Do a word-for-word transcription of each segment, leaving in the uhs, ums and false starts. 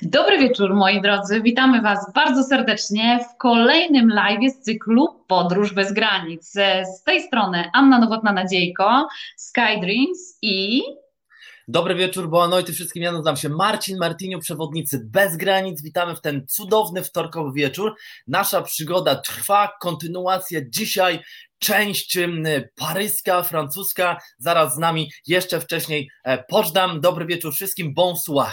Dobry wieczór, moi drodzy. Witamy Was bardzo serdecznie w kolejnym live z cyklu Podróż bez granic. Z tej strony Anna Nowotna-Nadziejko, Skydreams i... Dobry wieczór, boa noite wszystkim. Ja nazywam się Marcin Martiniu, przewodnicy bez granic. Witamy w ten cudowny wtorkowy wieczór. Nasza przygoda trwa, kontynuacja dzisiaj. Część paryska, francuska, zaraz z nami jeszcze wcześniej Poczdam. Dobry wieczór wszystkim, bonsoir.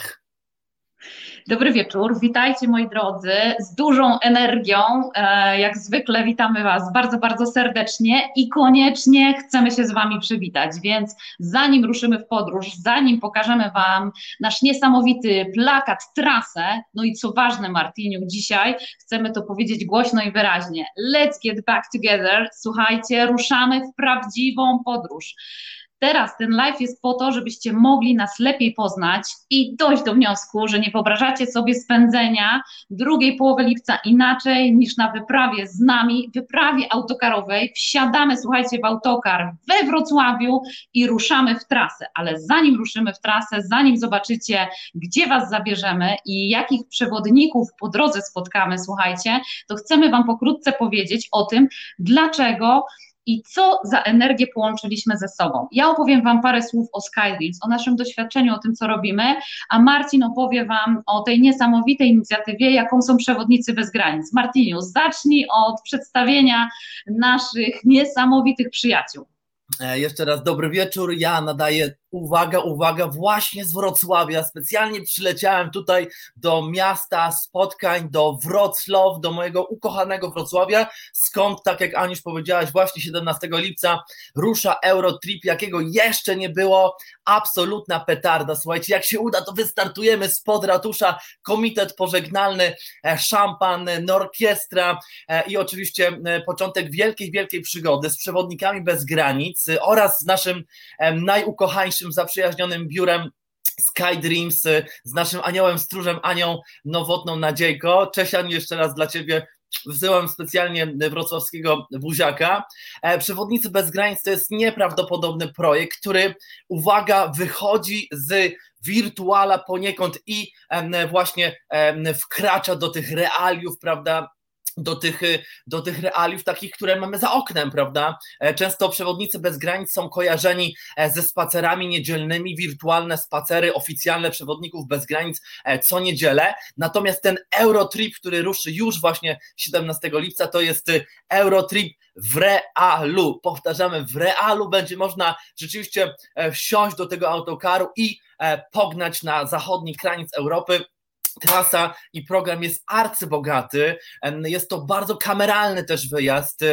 Dobry wieczór, witajcie moi drodzy, z dużą energią, jak zwykle witamy Was bardzo, bardzo serdecznie i koniecznie chcemy się z Wami przywitać, więc zanim ruszymy w podróż, zanim pokażemy Wam nasz niesamowity plakat, trasę, no i co ważne Martiniu, dzisiaj chcemy to powiedzieć głośno i wyraźnie, let's get back together, słuchajcie, ruszamy w prawdziwą podróż. Teraz ten live jest po to, żebyście mogli nas lepiej poznać i dojść do wniosku, że nie wyobrażacie sobie spędzenia drugiej połowy lipca inaczej niż na wyprawie z nami, wyprawie autokarowej. Wsiadamy, słuchajcie, w autokar we Wrocławiu i ruszamy w trasę. Ale zanim ruszymy w trasę, zanim zobaczycie, gdzie Was zabierzemy i jakich przewodników po drodze spotkamy, słuchajcie, to chcemy Wam pokrótce powiedzieć o tym, dlaczego i co za energię połączyliśmy ze sobą. Ja opowiem Wam parę słów o Skydreams, o naszym doświadczeniu, o tym, co robimy, a Marcin opowie Wam o tej niesamowitej inicjatywie, jaką są Przewodnicy bez granic. Martiniu, zacznij od przedstawienia naszych niesamowitych przyjaciół. Jeszcze raz dobry wieczór, ja nadaję, uwaga, uwaga, właśnie z Wrocławia, specjalnie przyleciałem tutaj do miasta spotkań, do Wrocław, do mojego ukochanego Wrocławia, skąd, tak jak Aniusz powiedziałaś, właśnie siedemnastego lipca rusza Eurotrip, jakiego jeszcze nie było, absolutna petarda, słuchajcie, jak się uda, to wystartujemy spod ratusza, komitet pożegnalny, szampan, orkiestra i oczywiście początek wielkiej, wielkiej przygody z Przewodnikami bez granic oraz z naszym najukochańszym, zaprzyjaźnionym biurem Skydreams, z naszym aniołem stróżem, Anią Nowotną Nadziejko. Cześć Aniu, jeszcze raz dla Ciebie wysyłam specjalnie wrocławskiego buziaka. Przewodnicy bez granic to jest nieprawdopodobny projekt, który, uwaga, wychodzi z wirtuala poniekąd i właśnie wkracza do tych realiów, prawda, do tych, do tych realiów takich, które mamy za oknem, prawda? Często Przewodnicy bez granic są kojarzeni ze spacerami niedzielnymi, wirtualne spacery oficjalne Przewodników bez granic co niedzielę, natomiast ten Eurotrip, który ruszy już właśnie siedemnastego lipca, to jest Eurotrip w realu, powtarzamy, w realu będzie można rzeczywiście wsiąść do tego autokaru i pognać na zachodni kraniec Europy. Trasa i program jest arcybogaty, jest to bardzo kameralny też wyjazd,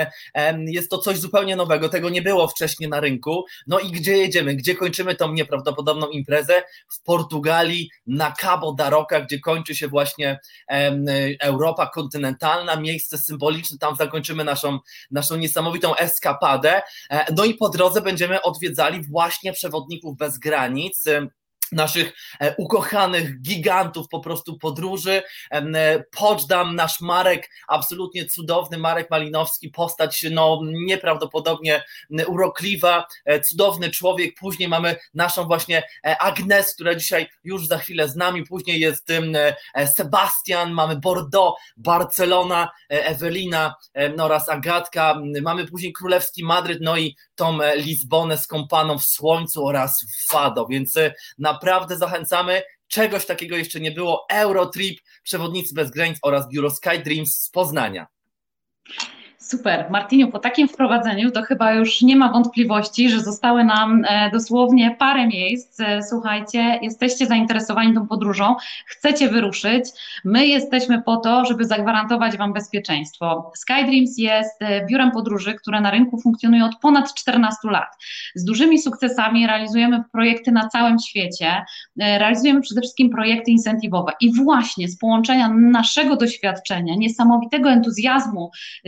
jest to coś zupełnie nowego, tego nie było wcześniej na rynku. No i gdzie jedziemy, gdzie kończymy tą nieprawdopodobną imprezę? W Portugalii, na Cabo da Roca, gdzie kończy się właśnie Europa kontynentalna, miejsce symboliczne, tam zakończymy naszą, naszą niesamowitą eskapadę, no i po drodze będziemy odwiedzali właśnie Przewodników bez granic, naszych ukochanych gigantów po prostu podróży. Poczdam, nasz Marek, absolutnie cudowny Marek Malinowski, postać no nieprawdopodobnie urokliwa, cudowny człowiek. Później mamy naszą właśnie Agnes, która dzisiaj już za chwilę z nami, później jest Sebastian, mamy Bordeaux, Barcelona, Ewelina oraz Agatka, mamy później królewski Madryt, no i tą Lizbonę skąpaną w słońcu oraz w Fado, więc naprawdę zachęcamy, czegoś takiego jeszcze nie było, Eurotrip, Przewodnicy bez granic oraz biuro Skydreams z Poznania. Super, Martiniu, po takim wprowadzeniu to chyba już nie ma wątpliwości, że zostały nam dosłownie parę miejsc. Słuchajcie, jesteście zainteresowani tą podróżą, chcecie wyruszyć, my jesteśmy po to, żeby zagwarantować Wam bezpieczeństwo. Skydreams jest biurem podróży, które na rynku funkcjonuje od ponad czternastu lat. Z dużymi sukcesami realizujemy projekty na całym świecie, realizujemy przede wszystkim projekty incentywowe i właśnie z połączenia naszego doświadczenia, niesamowitego entuzjazmu, z jakim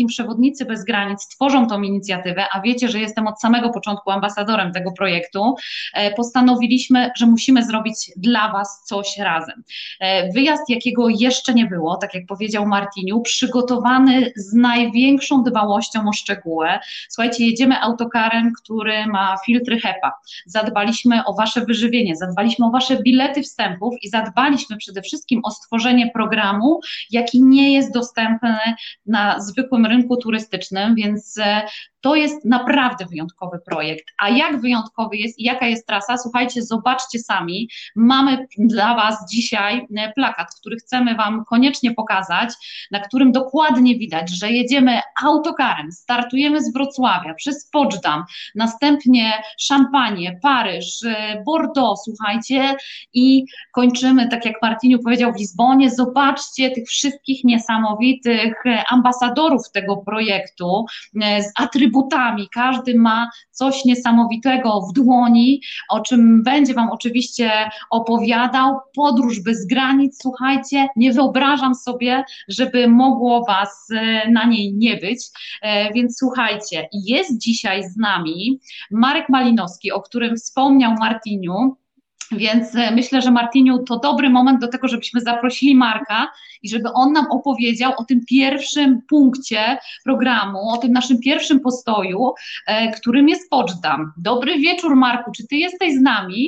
Team Przewodnicy Bez Granic tworzą tą inicjatywę, a wiecie, że jestem od samego początku ambasadorem tego projektu, postanowiliśmy, że musimy zrobić dla Was coś razem. Wyjazd, jakiego jeszcze nie było, tak jak powiedział Martiniu, przygotowany z największą dbałością o szczegóły. Słuchajcie, jedziemy autokarem, który ma filtry HEPA. Zadbaliśmy o Wasze wyżywienie, zadbaliśmy o Wasze bilety wstępów i zadbaliśmy przede wszystkim o stworzenie programu, jaki nie jest dostępny na zwykłym rynku turystycznym, więc to jest naprawdę wyjątkowy projekt. A jak wyjątkowy jest i jaka jest trasa? Słuchajcie, zobaczcie sami. Mamy dla Was dzisiaj plakat, który chcemy Wam koniecznie pokazać, na którym dokładnie widać, że jedziemy autokarem, startujemy z Wrocławia przez Poczdam, następnie Szampanię, Paryż, Bordeaux, słuchajcie, i kończymy, tak jak Martiniu powiedział, w Lizbonie. Zobaczcie tych wszystkich niesamowitych ambasadorów tego projektu z atrybutami. Każdy ma coś niesamowitego w dłoni, o czym będzie Wam oczywiście opowiadał. Podróż bez granic, słuchajcie, nie wyobrażam sobie, żeby mogło Was na niej nie być, więc słuchajcie, jest dzisiaj z nami Marek Malinowski, o którym wspomniał Martiniu. Więc myślę, że Martiniu, to dobry moment do tego, żebyśmy zaprosili Marka i żeby on nam opowiedział o tym pierwszym punkcie programu, o tym naszym pierwszym postoju, którym jest Poczdam. Dobry wieczór, Marku, czy ty jesteś z nami?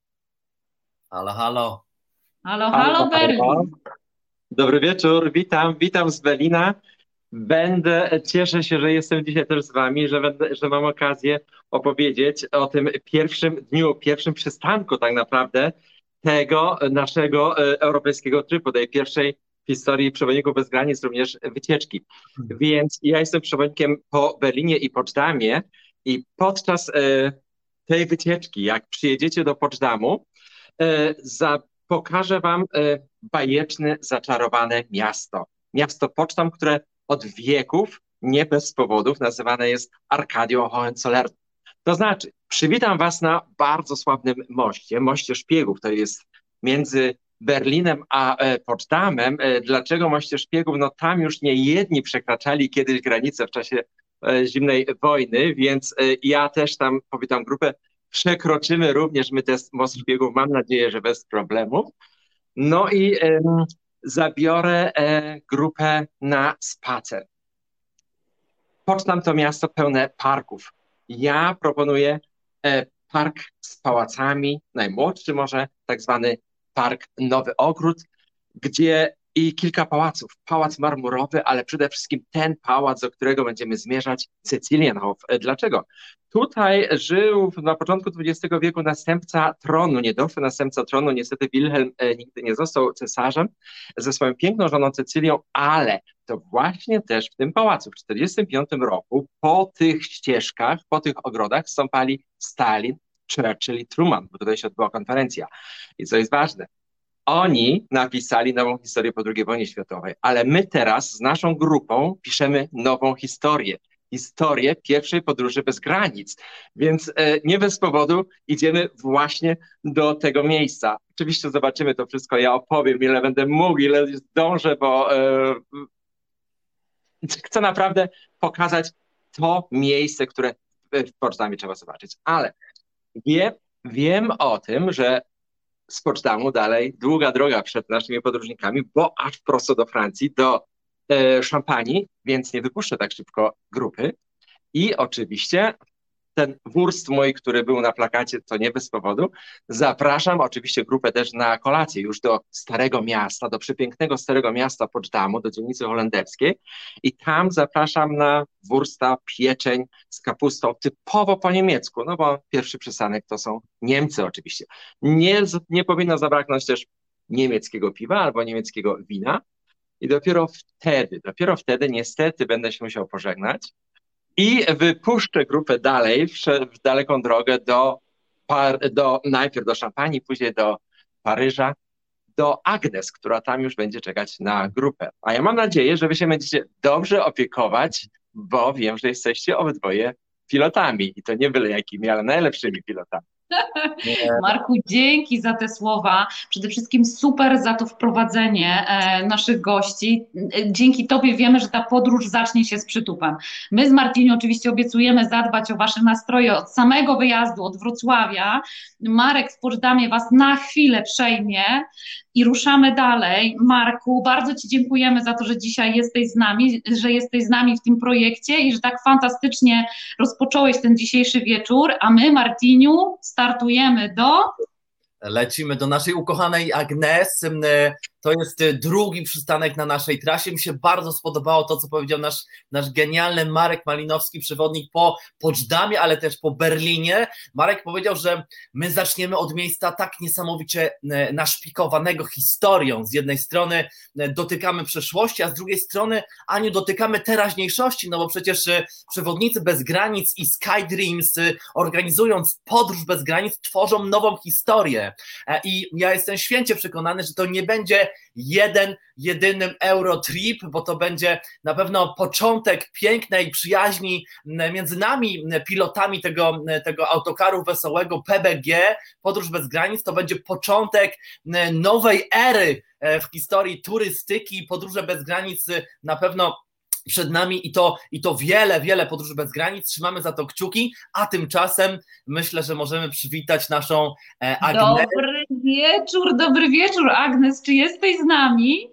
Halo, halo. Halo, halo, Berlin. Dobry wieczór, witam, witam z Berlina. Będę, cieszę się, że jestem dzisiaj też z wami, że, będę, że mam okazję opowiedzieć o tym pierwszym dniu, pierwszym przystanku tak naprawdę tego naszego e, europejskiego tripu, tej pierwszej w historii Przewodników Bez Granic również wycieczki. Hmm. Więc ja jestem przewodnikiem po Berlinie i Poczdamie i podczas e, tej wycieczki, jak przyjedziecie do Poczdamu, e, za, pokażę wam e, bajeczne, zaczarowane miasto. Miasto Poczdam, które od wieków, nie bez powodów, nazywane jest Arkadią Hohenzollern. To znaczy, przywitam was na bardzo sławnym moście, moście Szpiegów, to jest między Berlinem a e, Poczdamem. E, dlaczego moście Szpiegów? No tam już nie jedni przekraczali kiedyś granice w czasie e, zimnej wojny, więc e, ja też tam powitam grupę, przekroczymy również my ten most Szpiegów, mam nadzieję, że bez problemów. No i e, zabiorę e, grupę na spacer. Poczdam to miasto pełne parków. Ja proponuję e, park z pałacami, najmłodszy może, tak zwany park Nowy Ogród, gdzie i kilka pałaców. Pałac marmurowy, ale przede wszystkim ten pałac, do którego będziemy zmierzać, Cecilienhof. Dlaczego? Tutaj żył na początku dwudziestego wieku następca tronu, niedoszły następca tronu, niestety Wilhelm e, nigdy nie został cesarzem, ze swoją piękną żoną Cecylią, ale to właśnie też w tym pałacu w tysiąc dziewięćset czterdziestym piątym roku po tych ścieżkach, po tych ogrodach stąpali Stalin, Churchill i Truman, bo tutaj się odbyła konferencja. I co jest ważne, oni napisali nową historię po drugiej wojnie światowej, ale my teraz z naszą grupą piszemy nową historię. Historię pierwszej podróży bez granic. Więc e, nie bez powodu idziemy właśnie do tego miejsca. Oczywiście zobaczymy to wszystko, ja opowiem, ile będę mógł, ile zdążę, bo e, chcę naprawdę pokazać to miejsce, które w Poczdamie trzeba zobaczyć. Ale wie, wiem o tym, że z Poczdamu dalej długa droga przed naszymi podróżnikami, bo aż prosto do Francji, do e, Szampanii, więc nie wypuszczę tak szybko grupy. I oczywiście ten wurst mój, który był na plakacie, to nie bez powodu. Zapraszam oczywiście grupę też na kolację już do Starego Miasta, do przepięknego Starego Miasta Poczdamu, do dzielnicy holenderskiej i tam zapraszam na wursta, pieczeń z kapustą, typowo po niemiecku, no bo pierwszy przystanek to są Niemcy oczywiście. Nie, nie powinno zabraknąć też niemieckiego piwa albo niemieckiego wina i dopiero wtedy, dopiero wtedy niestety będę się musiał pożegnać, i wypuszczę grupę dalej, w, w daleką drogę do, par, do najpierw do Szampanii, później do Paryża, do Agnes, która tam już będzie czekać na grupę. A ja mam nadzieję, że wy się będziecie dobrze opiekować, bo wiem, że jesteście obydwoje pilotami i to nie byle jakimi, ale najlepszymi pilotami. Marku, dzięki za te słowa. Przede wszystkim super za to wprowadzenie e, naszych gości. E, Dzięki Tobie wiemy, że ta podróż zacznie się z przytupem. My z Martinią oczywiście obiecujemy zadbać o Wasze nastroje od samego wyjazdu, od Wrocławia. Marek w Poczdamie Was na chwilę przejmie i ruszamy dalej. Marku, bardzo Ci dziękujemy za to, że dzisiaj jesteś z nami, że jesteś z nami w tym projekcie i że tak fantastycznie rozpocząłeś ten dzisiejszy wieczór, a my, Martiniu, startujemy do... Lecimy do naszej ukochanej Agnes. To jest drugi przystanek na naszej trasie. Mi się bardzo spodobało to, co powiedział nasz, nasz genialny Marek Malinowski, przewodnik po Poczdamie, ale też po Berlinie. Marek powiedział, że my zaczniemy od miejsca tak niesamowicie naszpikowanego historią. Z jednej strony dotykamy przeszłości, a z drugiej strony, Aniu, dotykamy teraźniejszości, no bo przecież przewodnicy bez granic i SkyDreams, organizując podróż bez granic, tworzą nową historię. I ja jestem święcie przekonany, że to nie będzie jeden, jedynym Eurotrip, bo to będzie na pewno początek pięknej przyjaźni między nami, pilotami tego, tego autokaru wesołego P B G, Podróż bez granic. To będzie początek nowej ery w historii turystyki. Podróże bez granic na pewno przed nami i to, i to wiele, wiele podróży bez granic. Trzymamy za to kciuki, a tymczasem myślę, że możemy przywitać naszą Agnes. Dobry wieczór, dobry wieczór, Agnes, czy jesteś z nami?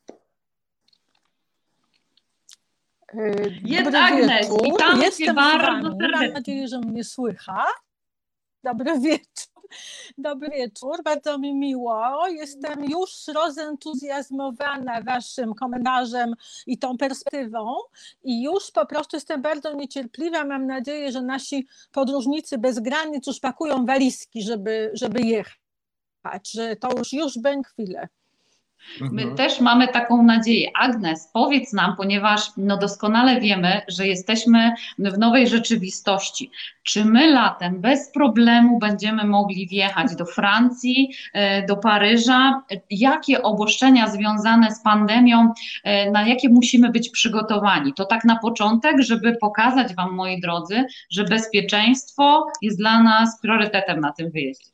Jest Dobry Agnes, wieczór. witamy Jestem Cię bardzo Mam serdecznie. nadzieję, że mnie słychać. Dobry wieczór. Dobry wieczór, bardzo mi miło. Jestem już rozentuzjazmowana Waszym komentarzem i tą perspektywą i już po prostu jestem bardzo niecierpliwa. Mam nadzieję, że nasi podróżnicy bez granic już pakują walizki, żeby, żeby jechać, że to już, już będzie chwilę. My Mhm. też mamy taką nadzieję. Agnes, powiedz nam, ponieważ no doskonale wiemy, że jesteśmy w nowej rzeczywistości. Czy my latem bez problemu będziemy mogli wjechać do Francji, e, do Paryża? Jakie obostrzenia związane z pandemią, e, na jakie musimy być przygotowani? To tak na początek, żeby pokazać Wam, moi drodzy, że bezpieczeństwo jest dla nas priorytetem na tym wyjeździe.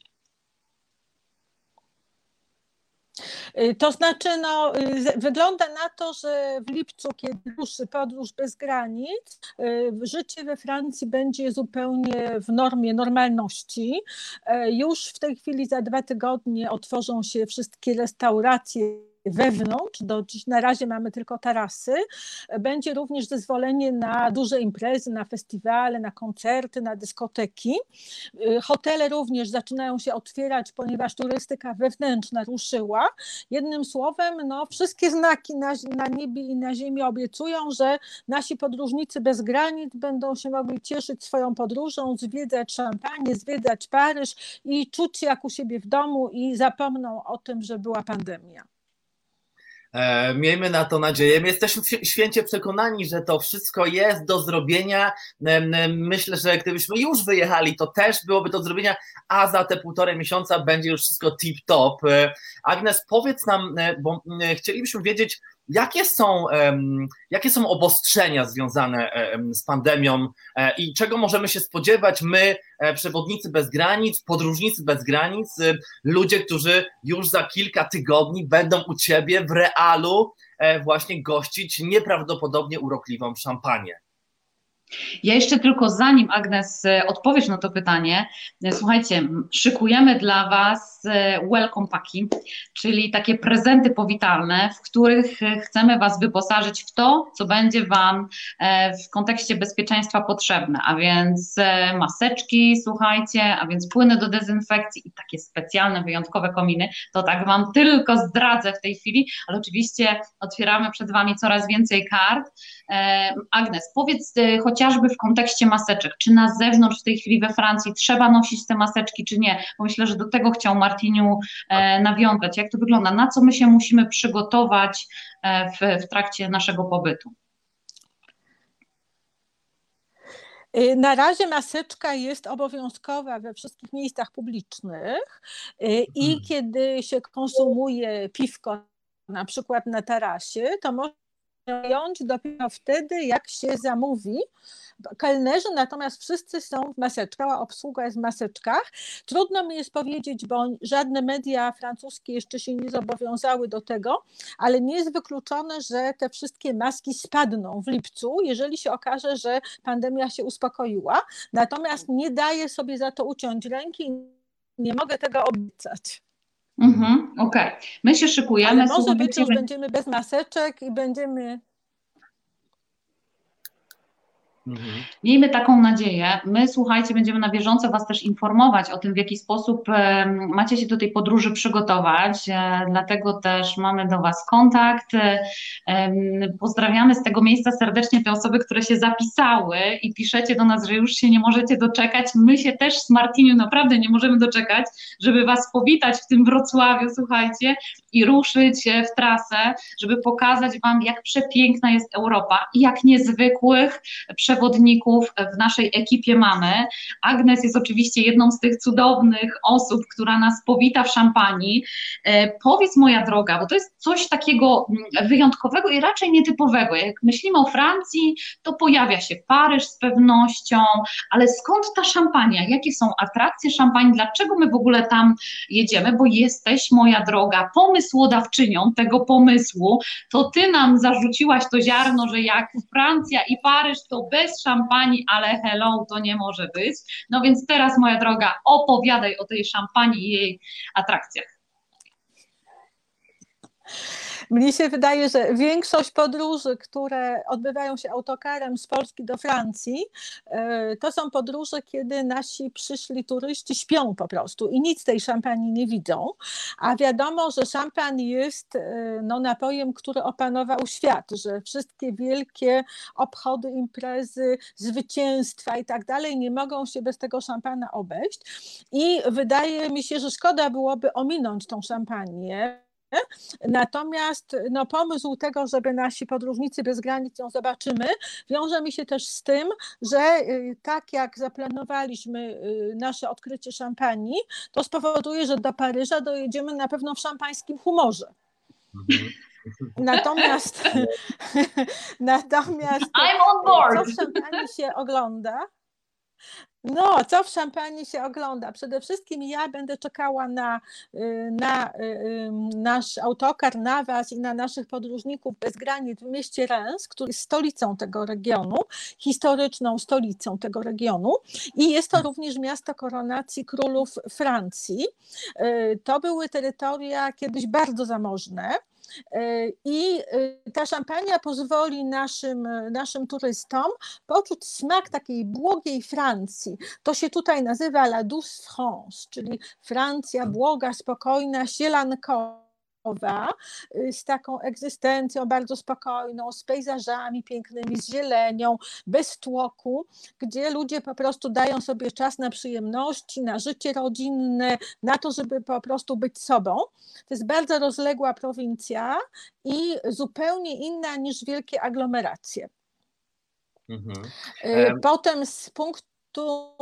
To znaczy, no, wygląda na to, że w lipcu, kiedy ruszy podróż bez granic, życie we Francji będzie zupełnie w normie normalności. Już w tej chwili za dwa tygodnie otworzą się wszystkie restauracje wewnątrz, do dziś na razie mamy tylko tarasy. Będzie również zezwolenie na duże imprezy, na festiwale, na koncerty, na dyskoteki. Hotele również zaczynają się otwierać, ponieważ turystyka wewnętrzna ruszyła. Jednym słowem, no, wszystkie znaki na, na niebie i na ziemi obiecują, że nasi podróżnicy bez granic będą się mogli cieszyć swoją podróżą, zwiedzać Szampanię, zwiedzać Paryż i czuć się jak u siebie w domu i zapomną o tym, że była pandemia. E, Miejmy na to nadzieję. My jesteśmy święcie przekonani, że to wszystko jest do zrobienia. Myślę, że gdybyśmy już wyjechali, to też byłoby do zrobienia, a za te półtorej miesiąca będzie już wszystko tip-top. Agnes, powiedz nam, bo chcielibyśmy wiedzieć, jakie są, jakie są obostrzenia związane z pandemią i czego możemy się spodziewać my, przewodnicy bez granic, podróżnicy bez granic, ludzie, którzy już za kilka tygodni będą u Ciebie w realu właśnie gościć nieprawdopodobnie urokliwą szampanię. Ja jeszcze tylko zanim, Agnes, odpowiesz na to pytanie, słuchajcie, szykujemy dla Was welcome packi, czyli takie prezenty powitalne, w których chcemy Was wyposażyć w to, co będzie Wam w kontekście bezpieczeństwa potrzebne, a więc maseczki, słuchajcie, a więc płyny do dezynfekcji i takie specjalne, wyjątkowe kominy. To tak Wam tylko zdradzę w tej chwili, ale oczywiście otwieramy przed Wami coraz więcej kart. Agnes, powiedz chociażby w kontekście maseczek, czy na zewnątrz w tej chwili we Francji trzeba nosić te maseczki, czy nie? Bo myślę, że do tego chciał Martiniu nawiązać. Jak to wygląda? Na co my się musimy przygotować w, w trakcie naszego pobytu? Na razie maseczka jest obowiązkowa we wszystkich miejscach publicznych i hmm. kiedy się konsumuje piwko na przykład na tarasie, to może jąć dopiero wtedy, jak się zamówi. Kelnerzy natomiast wszyscy są w maseczkach, cała obsługa jest w maseczkach. Trudno mi jest powiedzieć, bo żadne media francuskie jeszcze się nie zobowiązały do tego, ale nie jest wykluczone, że te wszystkie maski spadną w lipcu, jeżeli się okaże, że pandemia się uspokoiła. Natomiast nie daję sobie za to uciąć ręki, nie mogę tego obiecać. Mhm, okej, okay. My się szykujemy. Ale może być, że już będziemy bez maseczek i będziemy... Mhm. Miejmy taką nadzieję. My, słuchajcie, będziemy na bieżąco Was też informować o tym, w jaki sposób macie się do tej podróży przygotować, dlatego też mamy do Was kontakt. Pozdrawiamy z tego miejsca serdecznie te osoby, które się zapisały i piszecie do nas, że już się nie możecie doczekać. My się też z Martiniu naprawdę nie możemy doczekać, żeby Was powitać w tym Wrocławiu, słuchajcie, i ruszyć w trasę, żeby pokazać Wam, jak przepiękna jest Europa i jak niezwykłych przewodników w naszej ekipie mamy. Agnes jest oczywiście jedną z tych cudownych osób, która nas powita w Szampanii. E, powiedz, moja droga, bo to jest coś takiego wyjątkowego i raczej nietypowego. Jak myślimy o Francji, to pojawia się Paryż z pewnością, ale skąd ta Szampania? Jakie są atrakcje Szampanii? Dlaczego my w ogóle tam jedziemy? Bo jesteś, moja droga, pomysłodawczynią tego pomysłu. To ty nam zarzuciłaś to ziarno, że jak Francja i Paryż, to bez szampanii, ale hello, to nie może być. No więc teraz, moja droga, opowiadaj o tej szampanii i jej atrakcjach. Mnie się wydaje, że większość podróży, które odbywają się autokarem z Polski do Francji, to są podróże, kiedy nasi przyszli turyści śpią po prostu i nic tej szampanii nie widzą, a wiadomo, że szampan jest no, napojem, który opanował świat, że wszystkie wielkie obchody, imprezy, zwycięstwa i tak dalej nie mogą się bez tego szampana obejść i wydaje mi się, że szkoda byłoby ominąć tą szampanię. Natomiast no, pomysł tego, żeby nasi podróżnicy bez granic ją zobaczymy, wiąże mi się też z tym, że tak jak zaplanowaliśmy nasze odkrycie szampanii, to spowoduje, że do Paryża dojedziemy na pewno w szampańskim humorze. Natomiast, natomiast I'm on board. Co w Szampanii się ogląda? No, co w Szampanii się ogląda? Przede wszystkim ja będę czekała na, na nasz autokar, na Was i na naszych podróżników bez granic w mieście Reims, który jest stolicą tego regionu, historyczną stolicą tego regionu i jest to również miasto koronacji królów Francji. To były terytoria kiedyś bardzo zamożne. I ta szampania pozwoli naszym, naszym turystom poczuć smak takiej błogiej Francji. To się tutaj nazywa La Douce France, czyli Francja błoga, spokojna, sielankowa, z taką egzystencją bardzo spokojną, z pejzażami pięknymi, z zielenią, bez tłoku, gdzie ludzie po prostu dają sobie czas na przyjemności, na życie rodzinne, na to, żeby po prostu być sobą. To jest bardzo rozległa prowincja i zupełnie inna niż wielkie aglomeracje. Mhm. Potem z punktu...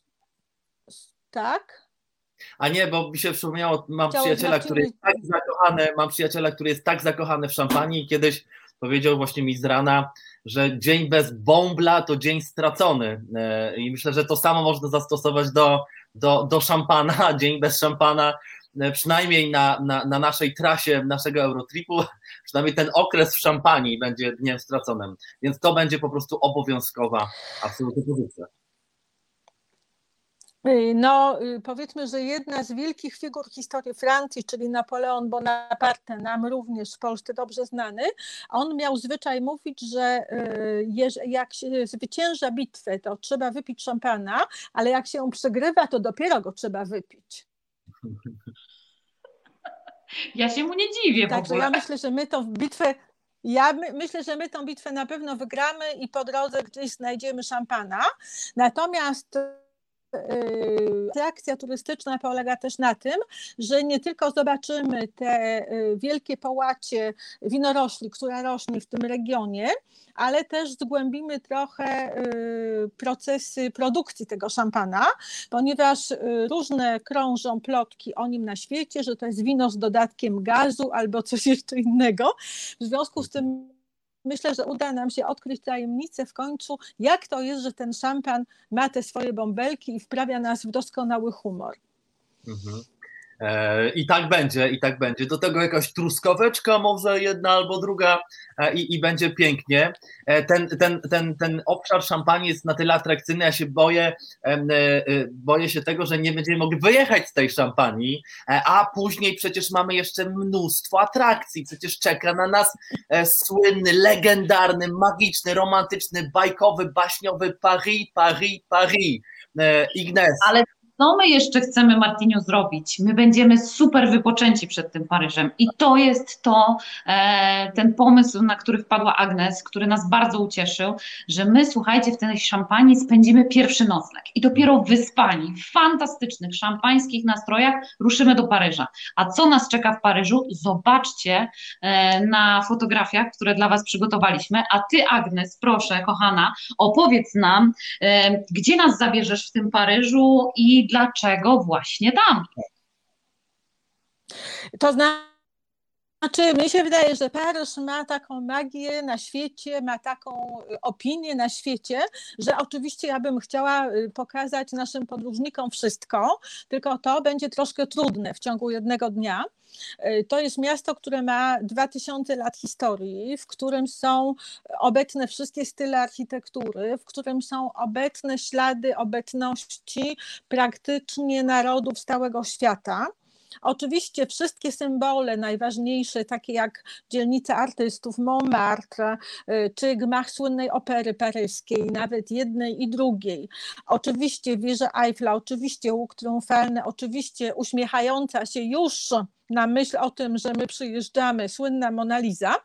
Tak? A nie, bo mi się przypomniało, mam przyjaciela, który jest tak zakochany, mam przyjaciela, który jest tak zakochany w szampanii i kiedyś powiedział właśnie mi z rana, że dzień bez bąbla to dzień stracony. I myślę, że to samo można zastosować do, do, do szampana, dzień bez szampana, przynajmniej na, na, na naszej trasie naszego Eurotripu, przynajmniej ten okres w Szampanii będzie dniem straconym. Więc to będzie po prostu obowiązkowa absolutna pozycja. No, powiedzmy, że jedna z wielkich figur historii Francji, czyli Napoleon Bonaparte, nam również w Polsce dobrze znany, on miał zwyczaj mówić, że jak się zwycięża bitwę, to trzeba wypić szampana, ale jak się ją przegrywa, to dopiero go trzeba wypić. Ja się mu nie dziwię. Także ja myślę, że my tą bitwę Ja my, myślę, że my tą bitwę na pewno wygramy i po drodze gdzieś znajdziemy szampana. Natomiast atrakcja turystyczna polega też na tym, że nie tylko zobaczymy te wielkie połacie winorośli, która rośnie w tym regionie, ale też zgłębimy trochę procesy produkcji tego szampana, ponieważ różne krążą plotki o nim na świecie, że to jest wino z dodatkiem gazu albo coś jeszcze innego. W związku z tym myślę, że uda nam się odkryć tajemnicę w końcu, jak to jest, że ten szampan ma te swoje bąbelki i wprawia nas w doskonały humor. Mhm. I tak będzie, i tak będzie. Do tego jakaś truskaweczka, może jedna albo druga i, i będzie pięknie. Ten, ten, ten, ten obszar szampanii jest na tyle atrakcyjny, ja się boję, boję się tego, że nie będziemy mogli wyjechać z tej szampanii, a później przecież mamy jeszcze mnóstwo atrakcji. Przecież czeka na nas słynny, legendarny, magiczny, romantyczny, bajkowy, baśniowy Paris, Paris, Paris. Ignes. Ale co my jeszcze chcemy, Martiniu, zrobić? My będziemy super wypoczęci przed tym Paryżem i to jest to, e, ten pomysł, na który wpadła Agnes, który nas bardzo ucieszył, że my, słuchajcie, w tej szampanii spędzimy pierwszy nocleg i dopiero wyspani, w fantastycznych, szampańskich nastrojach ruszymy do Paryża. A co nas czeka w Paryżu? Zobaczcie e, na fotografiach, które dla Was przygotowaliśmy, a Ty, Agnes, proszę, kochana, opowiedz nam, e, gdzie nas zabierzesz w tym Paryżu i dlaczego właśnie tam? To znaczy, mi się wydaje, że Paryż ma taką magię na świecie, ma taką opinię na świecie, że oczywiście ja bym chciała pokazać naszym podróżnikom wszystko, tylko to będzie troszkę trudne w ciągu jednego dnia. To jest miasto, które ma dwa tysiące lat historii, w którym są obecne wszystkie style architektury, w którym są obecne ślady obecności praktycznie narodów z całego świata. Oczywiście wszystkie symbole najważniejsze, takie jak dzielnica artystów, Montmartre, czy gmach słynnej opery paryskiej, nawet jednej i drugiej. Oczywiście wieża Eiffla, oczywiście łuk triumfalny, oczywiście uśmiechająca się już na myśl o tym, że my przyjeżdżamy, słynna Mona Lisa.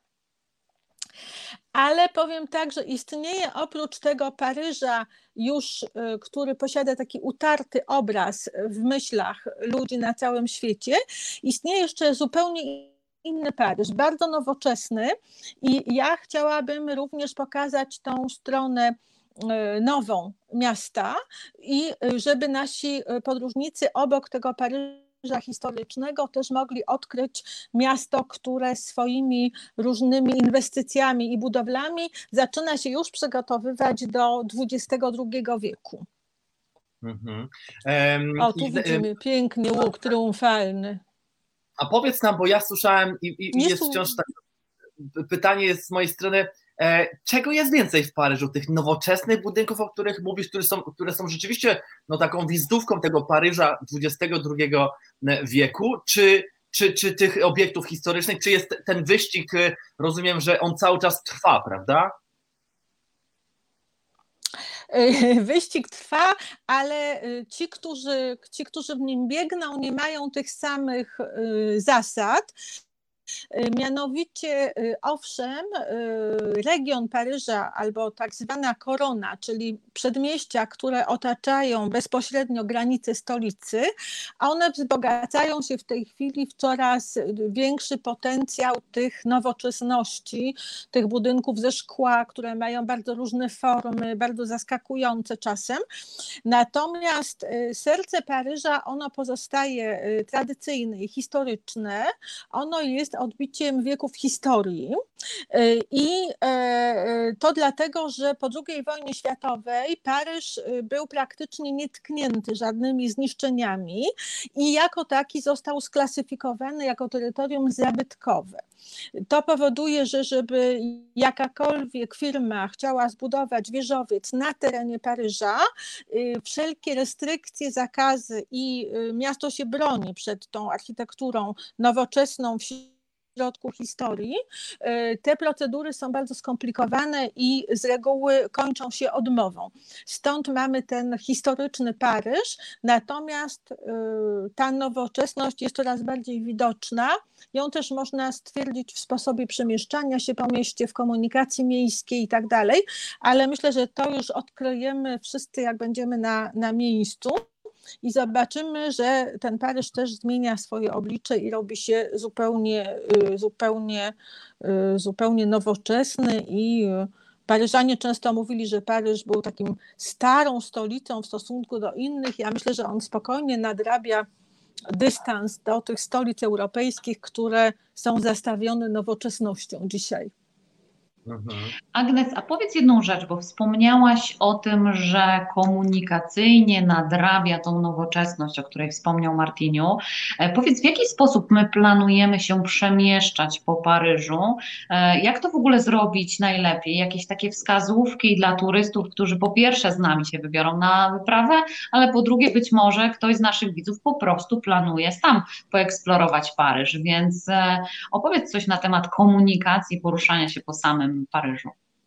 Ale powiem tak, że istnieje oprócz tego Paryża już, który posiada taki utarty obraz w myślach ludzi na całym świecie, istnieje jeszcze zupełnie inny Paryż, bardzo nowoczesny i ja chciałabym również pokazać tą stronę nową miasta i żeby nasi podróżnicy obok tego Paryża historycznego też mogli odkryć miasto, które swoimi różnymi inwestycjami i budowlami zaczyna się już przygotowywać do dwudziestego drugiego wieku. Mhm. Um, o, tu i, widzimy um, pięknie łuk triumfalny. A powiedz nam, bo ja słyszałem i, i Nie jest wciąż tak, pytanie jest z mojej strony, e, czego jest więcej w Paryżu? Tych nowoczesnych budynków, o których mówisz, które są, które są rzeczywiście no, taką wizytówką tego Paryża dwudziestego drugiego wieku, czy, czy, czy tych obiektów historycznych, czy jest ten wyścig, rozumiem, że on cały czas trwa, prawda? Wyścig trwa, ale ci którzy, ci, którzy w nim biegną, nie mają tych samych zasad. Mianowicie, owszem, region Paryża albo tak zwana korona, czyli przedmieścia, które otaczają bezpośrednio granice stolicy, one wzbogacają się w tej chwili w coraz większy potencjał tych nowoczesności, tych budynków ze szkła, które mają bardzo różne formy, bardzo zaskakujące czasem. Natomiast serce Paryża, ono pozostaje tradycyjne i historyczne, ono jest odbiciem wieków historii i to dlatego, że po drugiej wojnie światowej Paryż był praktycznie nietknięty żadnymi zniszczeniami i jako taki został sklasyfikowany jako terytorium zabytkowe. To powoduje, że żeby jakakolwiek firma chciała zbudować wieżowiec na terenie Paryża, wszelkie restrykcje, zakazy i miasto się broni przed tą architekturą nowoczesną w środku historii, te procedury są bardzo skomplikowane i z reguły kończą się odmową. Stąd mamy ten historyczny Paryż, natomiast ta nowoczesność jest coraz bardziej widoczna. Ją też można stwierdzić w sposobie przemieszczania się po mieście, w komunikacji miejskiej i tak dalej, ale myślę, że to już odkryjemy wszyscy, jak będziemy na, na miejscu. I zobaczymy, że ten Paryż też zmienia swoje oblicze i robi się zupełnie, zupełnie, zupełnie nowoczesny i Paryżanie często mówili, że Paryż był takim starą stolicą w stosunku do innych. Ja myślę, że on spokojnie nadrabia dystans do tych stolic europejskich, które są zastawione nowoczesnością dzisiaj. Mhm. Agnes, a powiedz jedną rzecz, bo wspomniałaś o tym, że komunikacyjnie nadrabia tą nowoczesność, o której wspomniał Martiniu. E, Powiedz, w jaki sposób my planujemy się przemieszczać po Paryżu? E, Jak to w ogóle zrobić najlepiej? Jakieś takie wskazówki dla turystów, którzy po pierwsze z nami się wybiorą na wyprawę, ale po drugie być może ktoś z naszych widzów po prostu planuje sam poeksplorować Paryż, więc e, opowiedz coś na temat komunikacji, poruszania się po samym Paryżu.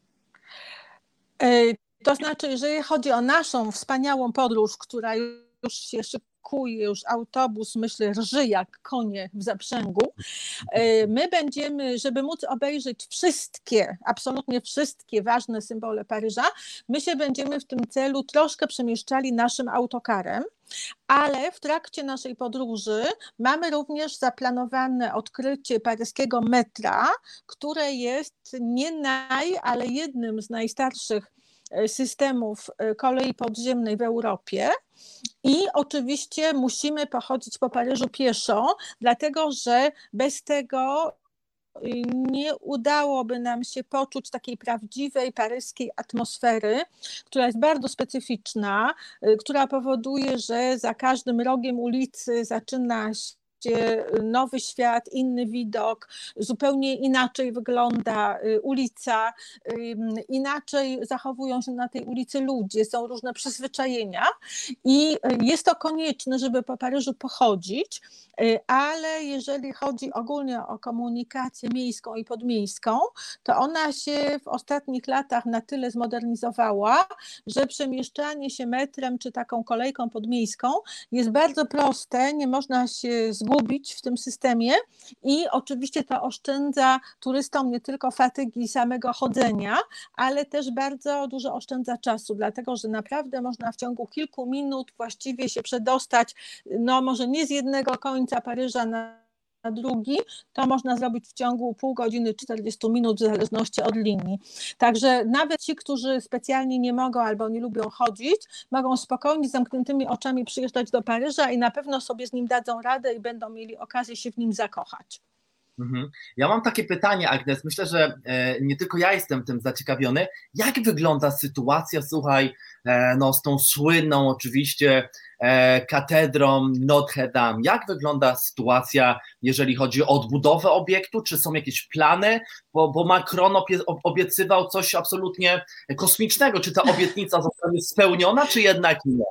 E, To znaczy, jeżeli chodzi o naszą wspaniałą podróż, która już się szykuje, już autobus, myślę, rży jak konie w zaprzęgu, e, my będziemy, żeby móc obejrzeć wszystkie, absolutnie wszystkie ważne symbole Paryża, my się będziemy w tym celu troszkę przemieszczali naszym autokarem. Ale w trakcie naszej podróży mamy również zaplanowane odkrycie paryskiego metra, które jest nie naj, ale jednym z najstarszych systemów kolei podziemnej w Europie. I oczywiście musimy pochodzić po Paryżu pieszo, dlatego że bez tego nie udałoby nam się poczuć takiej prawdziwej paryskiej atmosfery, która jest bardzo specyficzna, która powoduje, że za każdym rogiem ulicy zaczyna się nowy świat, inny widok, zupełnie inaczej wygląda ulica, inaczej zachowują się na tej ulicy ludzie, są różne przyzwyczajenia i jest to konieczne, żeby po Paryżu pochodzić, ale jeżeli chodzi ogólnie o komunikację miejską i podmiejską, to ona się w ostatnich latach na tyle zmodernizowała, że przemieszczanie się metrem czy taką kolejką podmiejską jest bardzo proste, nie można się zgubić w tym systemie i oczywiście to oszczędza turystom nie tylko fatygi samego chodzenia, ale też bardzo dużo oszczędza czasu, dlatego że naprawdę można w ciągu kilku minut właściwie się przedostać, no może nie z jednego końca Paryża na na drugi, to można zrobić w ciągu pół godziny, czterdzieści minut, w zależności od linii. Także nawet ci, którzy specjalnie nie mogą albo nie lubią chodzić, mogą spokojnie z zamkniętymi oczami przyjeżdżać do Paryża i na pewno sobie z nim dadzą radę i będą mieli okazję się w nim zakochać. Mhm. Ja mam takie pytanie, Agnes. Myślę, że e, nie tylko ja jestem tym zaciekawiony. Jak wygląda sytuacja, słuchaj, e, no, z tą słynną oczywiście e, katedrą Notre Dame? Jak wygląda sytuacja, jeżeli chodzi o odbudowę obiektu? Czy są jakieś plany? Bo, bo Macron obie, obiecywał coś absolutnie kosmicznego. Czy ta obietnica zostanie spełniona, czy jednak nie?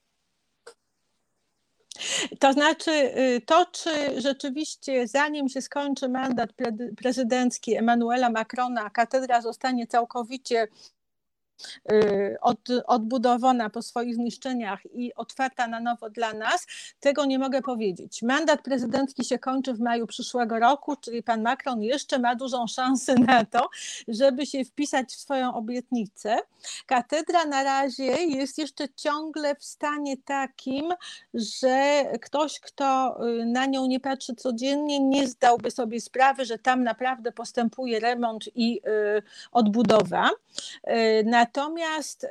To znaczy to, czy rzeczywiście zanim się skończy mandat prezydencki Emmanuela Macrona, katedra zostanie całkowicie Od, odbudowana po swoich zniszczeniach i otwarta na nowo dla nas, tego nie mogę powiedzieć. Mandat prezydencki się kończy w maju przyszłego roku, czyli pan Macron jeszcze ma dużą szansę na to, żeby się wpisać w swoją obietnicę. Katedra na razie jest jeszcze ciągle w stanie takim, że ktoś, kto na nią nie patrzy codziennie, nie zdałby sobie sprawy, że tam naprawdę postępuje remont i odbudowa. Natomiast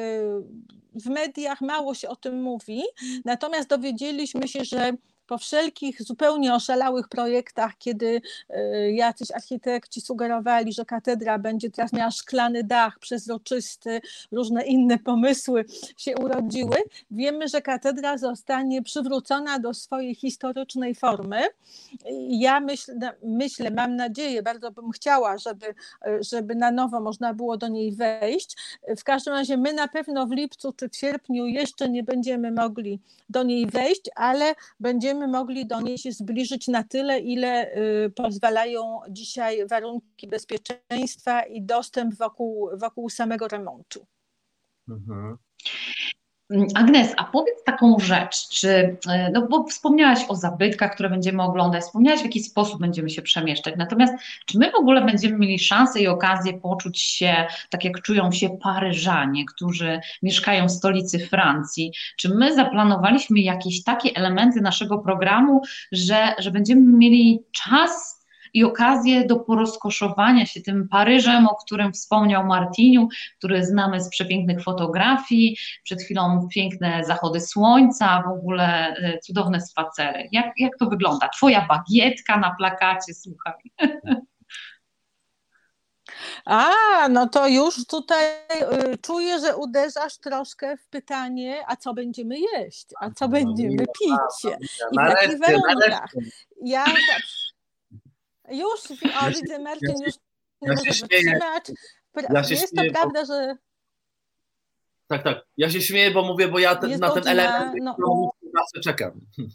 w mediach mało się o tym mówi, natomiast dowiedzieliśmy się, że po wszelkich zupełnie oszalałych projektach, kiedy jacyś architekci sugerowali, że katedra będzie teraz miała szklany dach przezroczysty, różne inne pomysły się urodziły, wiemy, że katedra zostanie przywrócona do swojej historycznej formy. Ja myślę, myślę, mam nadzieję, bardzo bym chciała, żeby, żeby na nowo można było do niej wejść. W każdym razie my na pewno w lipcu czy w sierpniu jeszcze nie będziemy mogli do niej wejść, ale będziemy mogli do niej się zbliżyć na tyle, ile pozwalają dzisiaj warunki bezpieczeństwa i dostęp wokół, wokół samego remontu. Mhm. Agnes, a powiedz taką rzecz, czy, no bo wspomniałaś o zabytkach, które będziemy oglądać, wspomniałaś w jaki sposób będziemy się przemieszczać, natomiast czy my w ogóle będziemy mieli szansę i okazję poczuć się tak, jak czują się Paryżanie, którzy mieszkają w stolicy Francji? Czy my zaplanowaliśmy jakieś takie elementy naszego programu, że, że będziemy mieli czas i okazję do porozkoszowania się tym Paryżem, o którym wspomniał Martiniu, który znamy z przepięknych fotografii, przed chwilą piękne zachody słońca, w ogóle cudowne spacery. Jak, jak to wygląda? Twoja bagietka na plakacie, słuchaj. A, no to już tutaj y, czuję, że uderzasz troszkę w pytanie, a co będziemy jeść, a co będziemy pić i w jakich warunkach. Ja zawsze... Już, o, widzę, Marcin już nie może wytrzymać. Jest to prawda, że... Tak, tak. Ja się śmieję, bo mówię, bo ja ten, na ten element no, zawsze czekam.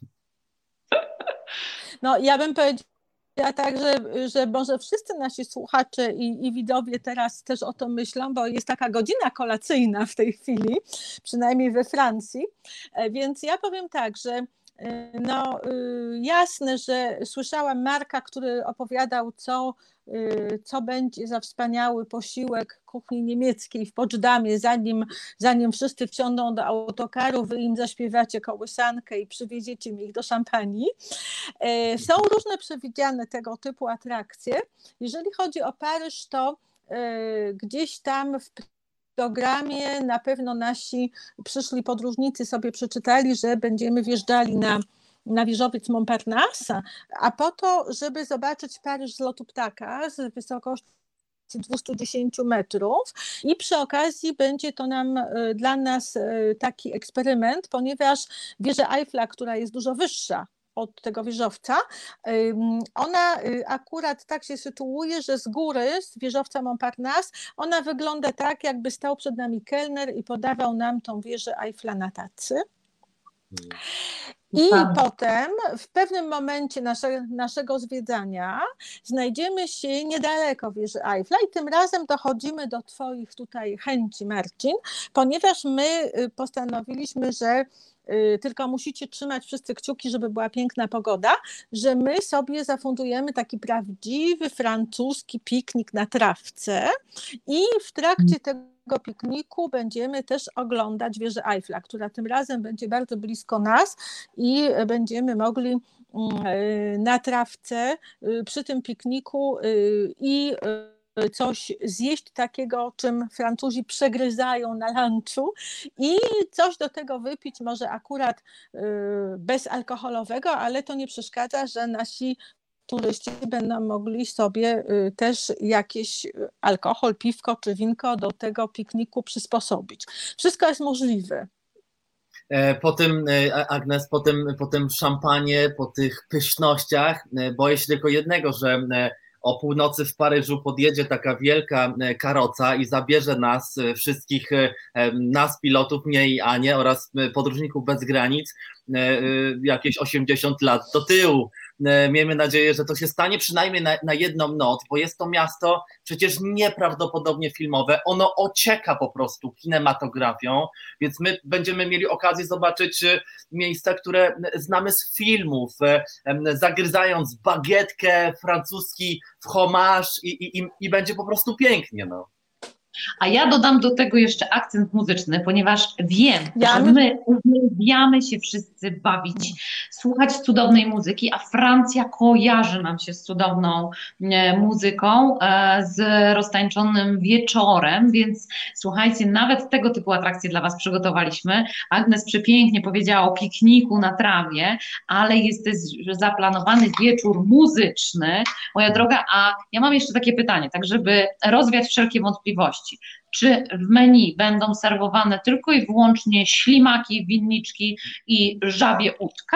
No, ja bym powiedziała tak, że, że może wszyscy nasi słuchacze i, i widzowie teraz też o tym myślą, bo jest taka godzina kolacyjna w tej chwili, przynajmniej we Francji, więc ja powiem tak, że no jasne, że słyszałam Marka, który opowiadał, co, co będzie za wspaniały posiłek kuchni niemieckiej w Poczdamie, zanim, zanim wszyscy wsiądą do autokaru, wy im zaśpiewacie kołysankę i przywieziecie mi ich do Szampanii. Są różne przewidziane tego typu atrakcje. Jeżeli chodzi o Paryż, to gdzieś tam w programie na pewno nasi przyszli podróżnicy sobie przeczytali, że będziemy wjeżdżali na, na wieżowiec Montparnasse, a po to, żeby zobaczyć Paryż z lotu ptaka z wysokości dwieście dziesięć metrów i przy okazji będzie to nam dla nas taki eksperyment, ponieważ wieża Eiffla, która jest dużo wyższa od tego wieżowca, ona akurat tak się sytuuje, że z góry, z wieżowca Montparnasse, ona wygląda tak, jakby stał przed nami kelner i podawał nam tą wieżę Eiffla na tacy. I tak. Potem w pewnym momencie nasze, naszego zwiedzania znajdziemy się niedaleko wieży Eiffla i tym razem dochodzimy do twoich tutaj chęci, Marcin, ponieważ my postanowiliśmy, że tylko musicie trzymać wszyscy kciuki, żeby była piękna pogoda, że my sobie zafundujemy taki prawdziwy francuski piknik na trawce i w trakcie tego pikniku będziemy też oglądać wieżę Eiffla, która tym razem będzie bardzo blisko nas i będziemy mogli na trawce przy tym pikniku i coś zjeść takiego, czym Francuzi przegryzają na lunchu i coś do tego wypić, może akurat bezalkoholowego, ale to nie przeszkadza, że nasi turyści będą mogli sobie też jakiś alkohol, piwko czy winko do tego pikniku przysposobić. Wszystko jest możliwe. Po tym, Agnes, po tym, po tym szampanie, po tych pysznościach boję się tylko jednego, że o północy w Paryżu podjedzie taka wielka karoca i zabierze nas wszystkich, nas pilotów, mnie i Anię oraz podróżników bez granic, jakieś osiemdziesiąt lat do tyłu. Miejmy nadzieję, że to się stanie przynajmniej na, na jedną noc, bo jest to miasto przecież nieprawdopodobnie filmowe, ono ocieka po prostu kinematografią, więc my będziemy mieli okazję zobaczyć miejsca, które znamy z filmów, zagryzając bagietkę, francuski fromage i, i, i będzie po prostu pięknie, no. A ja dodam do tego jeszcze akcent muzyczny, ponieważ wiem, ja że my uwielbiamy się wszyscy bawić, słuchać cudownej muzyki, a Francja kojarzy nam się z cudowną e, muzyką, e, z roztańczonym wieczorem, więc słuchajcie, nawet tego typu atrakcje dla Was przygotowaliśmy. Agnes przepięknie powiedziała o pikniku na trawie, ale jest też zaplanowany wieczór muzyczny, moja droga, a ja mam jeszcze takie pytanie, tak żeby rozwiać wszelkie wątpliwości. Czy w menu będą serwowane tylko i wyłącznie ślimaki, winniczki i żabie udka?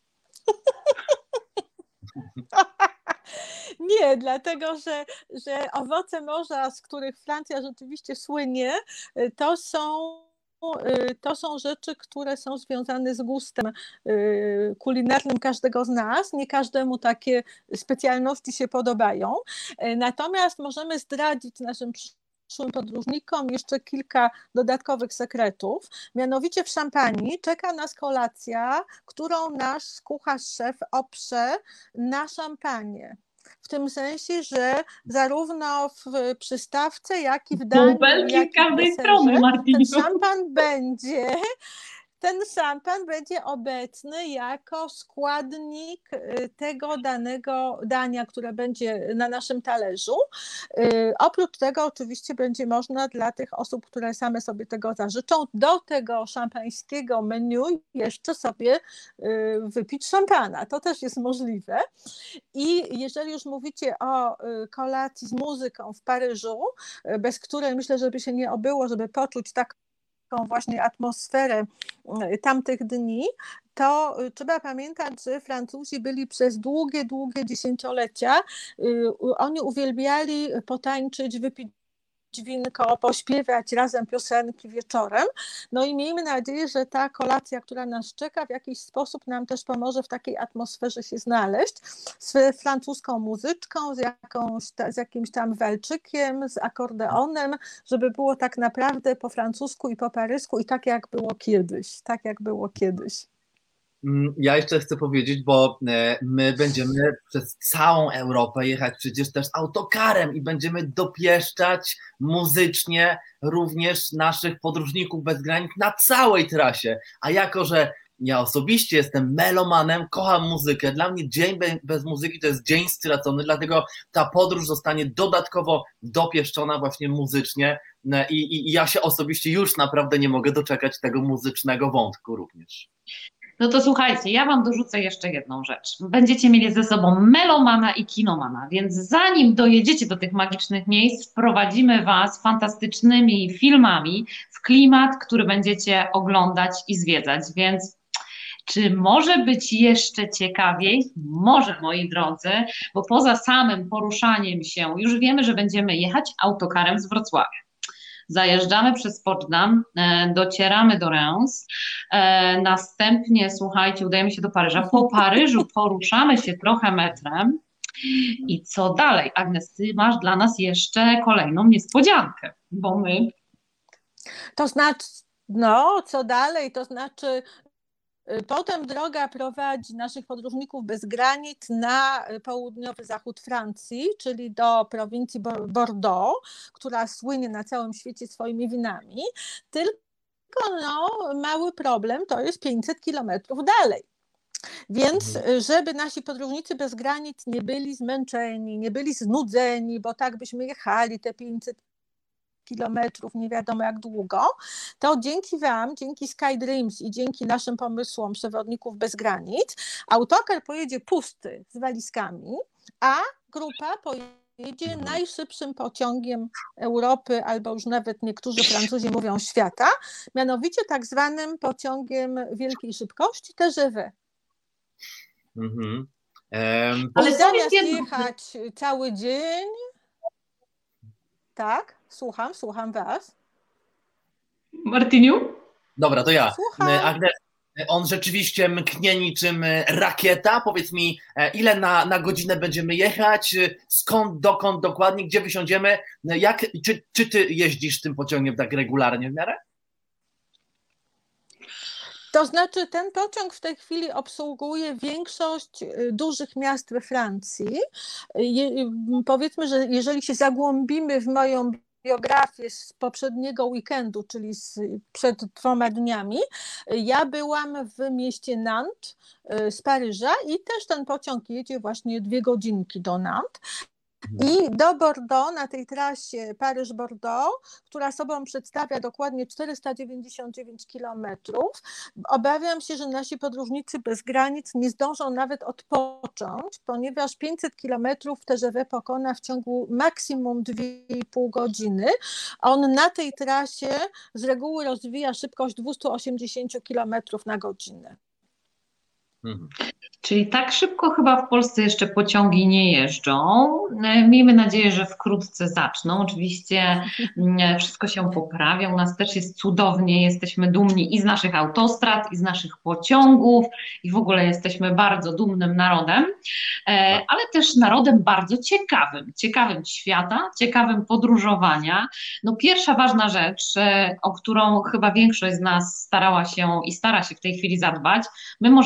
Nie, dlatego że, że owoce morza, z których Francja rzeczywiście słynie, to są To są rzeczy, które są związane z gustem kulinarnym każdego z nas. Nie każdemu takie specjalności się podobają. Natomiast możemy zdradzić naszym przyszłym podróżnikom jeszcze kilka dodatkowych sekretów. Mianowicie w Szampanii czeka nas kolacja, którą nasz kucharz-szef oprze na szampanie. W tym sensie, że zarówno w przystawce, jak i w daniu, jak i w deserze, ten szampan będzie ten szampan będzie obecny jako składnik tego danego dania, które będzie na naszym talerzu. Oprócz tego oczywiście będzie można dla tych osób, które same sobie tego zażyczą, do tego szampańskiego menu jeszcze sobie wypić szampana. To też jest możliwe. I jeżeli już mówicie o kolacji z muzyką w Paryżu, bez której myślę, żeby się nie obyło, żeby poczuć taką właśnie atmosferę tamtych dni, to trzeba pamiętać, że Francuzi byli przez długie, długie dziesięciolecia, oni uwielbiali potańczyć, wypić winko, pośpiewać razem piosenki wieczorem. No i miejmy nadzieję, że ta kolacja, która nas czeka, w jakiś sposób nam też pomoże w takiej atmosferze się znaleźć, z francuską muzyczką, z, jakąś, z jakimś tam walczykiem, z akordeonem, żeby było tak naprawdę po francusku i po parysku i tak jak było kiedyś, tak jak było kiedyś. Ja jeszcze chcę powiedzieć, bo my będziemy przez całą Europę jechać przecież też autokarem i będziemy dopieszczać muzycznie również naszych podróżników bez granic na całej trasie. A jako, że ja osobiście jestem melomanem, kocham muzykę, dla mnie dzień bez muzyki to jest dzień stracony, dlatego ta podróż zostanie dodatkowo dopieszczona właśnie muzycznie i, i, i ja się osobiście już naprawdę nie mogę doczekać tego muzycznego wątku również. No to słuchajcie, ja wam dorzucę jeszcze jedną rzecz. Będziecie mieli ze sobą melomana i kinomana, więc zanim dojedziecie do tych magicznych miejsc, wprowadzimy was fantastycznymi filmami w klimat, który będziecie oglądać i zwiedzać, więc czy może być jeszcze ciekawiej? Może, moi drodzy, bo poza samym poruszaniem się już wiemy, że będziemy jechać autokarem z Wrocławia. Zajeżdżamy przez Poczdam, docieramy do Reims, następnie, słuchajcie, udajemy się do Paryża. Po Paryżu poruszamy się trochę metrem i co dalej? Agnes, ty masz dla nas jeszcze kolejną niespodziankę, bo my... To znaczy, no, co dalej? To znaczy... Potem droga prowadzi naszych podróżników bez granic na południowy zachód Francji, czyli do prowincji Bordeaux, która słynie na całym świecie swoimi winami. Tylko no, mały problem to jest pięćset kilometrów dalej. Więc żeby nasi podróżnicy bez granic nie byli zmęczeni, nie byli znudzeni, bo tak byśmy jechali te pięćset kilometrów, nie wiadomo jak długo, to dzięki wam, dzięki SkyDreams i dzięki naszym pomysłom przewodników bez granic, autokar pojedzie pusty z walizkami, a grupa pojedzie najszybszym pociągiem Europy, albo już nawet niektórzy Francuzi mówią świata, mianowicie tak zwanym pociągiem wielkiej szybkości T G V. Mhm. Um, Ale zamiast jechać cały dzień, tak? Słucham, słucham was. Martyniu? Dobra, to ja. Słucham. Agnes, on rzeczywiście mknie niczym rakieta. Powiedz mi, ile na, na godzinę będziemy jechać, skąd, dokąd dokładnie, gdzie wysiądziemy, jak, czy, czy ty jeździsz tym pociągiem tak regularnie w miarę? To znaczy ten pociąg w tej chwili obsługuje większość dużych miast we Francji. Je, powiedzmy, że jeżeli się zagłębimy w moją biografię z poprzedniego weekendu, czyli z, przed dwoma dniami, ja byłam w mieście Nantes z Paryża i też ten pociąg jedzie właśnie dwie godzinki do Nantes. I do Bordeaux na tej trasie Paryż-Bordeaux, która sobą przedstawia dokładnie czterysta dziewięćdziesiąt dziewięć kilometrów, obawiam się, że nasi podróżnicy bez granic nie zdążą nawet odpocząć, ponieważ pięćset kilometrów T G V pokona w ciągu maksimum dwie i pół godziny. On na tej trasie z reguły rozwija szybkość dwieście osiemdziesiąt kilometrów na godzinę. Mhm. Czyli tak szybko chyba w Polsce jeszcze pociągi nie jeżdżą. Miejmy nadzieję, że wkrótce zaczną. Oczywiście wszystko się poprawia. U nas też jest cudownie. Jesteśmy dumni i z naszych autostrad, i z naszych pociągów i w ogóle jesteśmy bardzo dumnym narodem, ale też narodem bardzo ciekawym. Ciekawym świata, ciekawym podróżowania. No pierwsza ważna rzecz, o którą chyba większość z nas starała się i stara się w tej chwili zadbać. My możemy z Martinem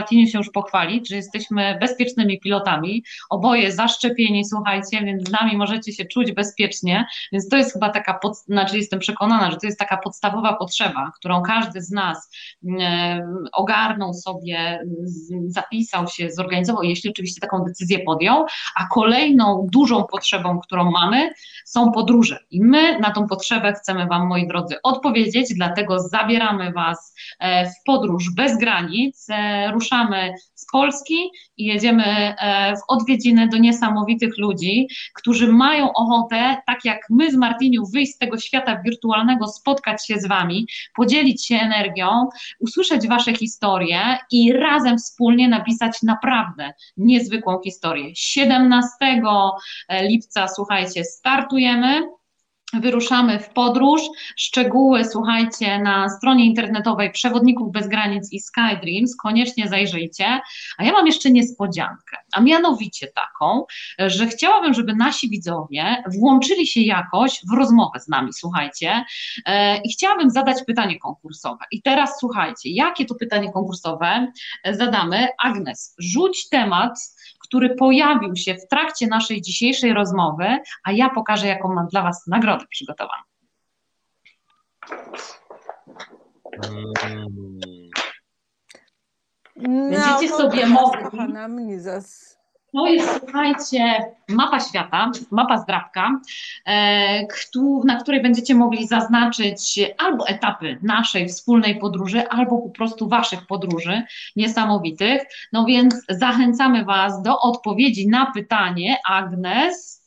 Martiniu się już pochwalić, że jesteśmy bezpiecznymi pilotami, oboje zaszczepieni, słuchajcie, więc z nami możecie się czuć bezpiecznie, więc to jest chyba taka, pod, znaczy jestem przekonana, że to jest taka podstawowa potrzeba, którą każdy z nas e, ogarnął sobie, z, zapisał się, zorganizował, jeśli oczywiście taką decyzję podjął, a kolejną dużą potrzebą, którą mamy, są podróże i my na tą potrzebę chcemy Wam, moi drodzy, odpowiedzieć, dlatego zabieramy Was w podróż bez granic, ruszamy z Polski i jedziemy w odwiedziny do niesamowitych ludzi, którzy mają ochotę, tak jak my z Martiniu, wyjść z tego świata wirtualnego, spotkać się z Wami, podzielić się energią, usłyszeć Wasze historie i razem wspólnie napisać naprawdę niezwykłą historię. siedemnastego lipca, słuchajcie, startujemy. Wyruszamy w podróż. Szczegóły, słuchajcie, na stronie internetowej Przewodników Bez Granic i SkyDreams. Koniecznie zajrzyjcie. A ja mam jeszcze niespodziankę, a mianowicie taką, że chciałabym, żeby nasi widzowie włączyli się jakoś w rozmowę z nami, słuchajcie. I chciałabym zadać pytanie konkursowe. I teraz słuchajcie, jakie to pytanie konkursowe zadamy? Agnes, rzuć temat, który pojawił się w trakcie naszej dzisiejszej rozmowy, a ja pokażę, jaką mam dla Was nagrodę przygotowaną. Mm. Będziecie no, sobie to mogli... kochana mnie zas... To jest, słuchajcie, mapa świata, mapa zdrabka, e, któ- na której będziecie mogli zaznaczyć albo etapy naszej wspólnej podróży, albo po prostu Waszych podróży niesamowitych. No więc zachęcamy Was do odpowiedzi na pytanie, Agnes.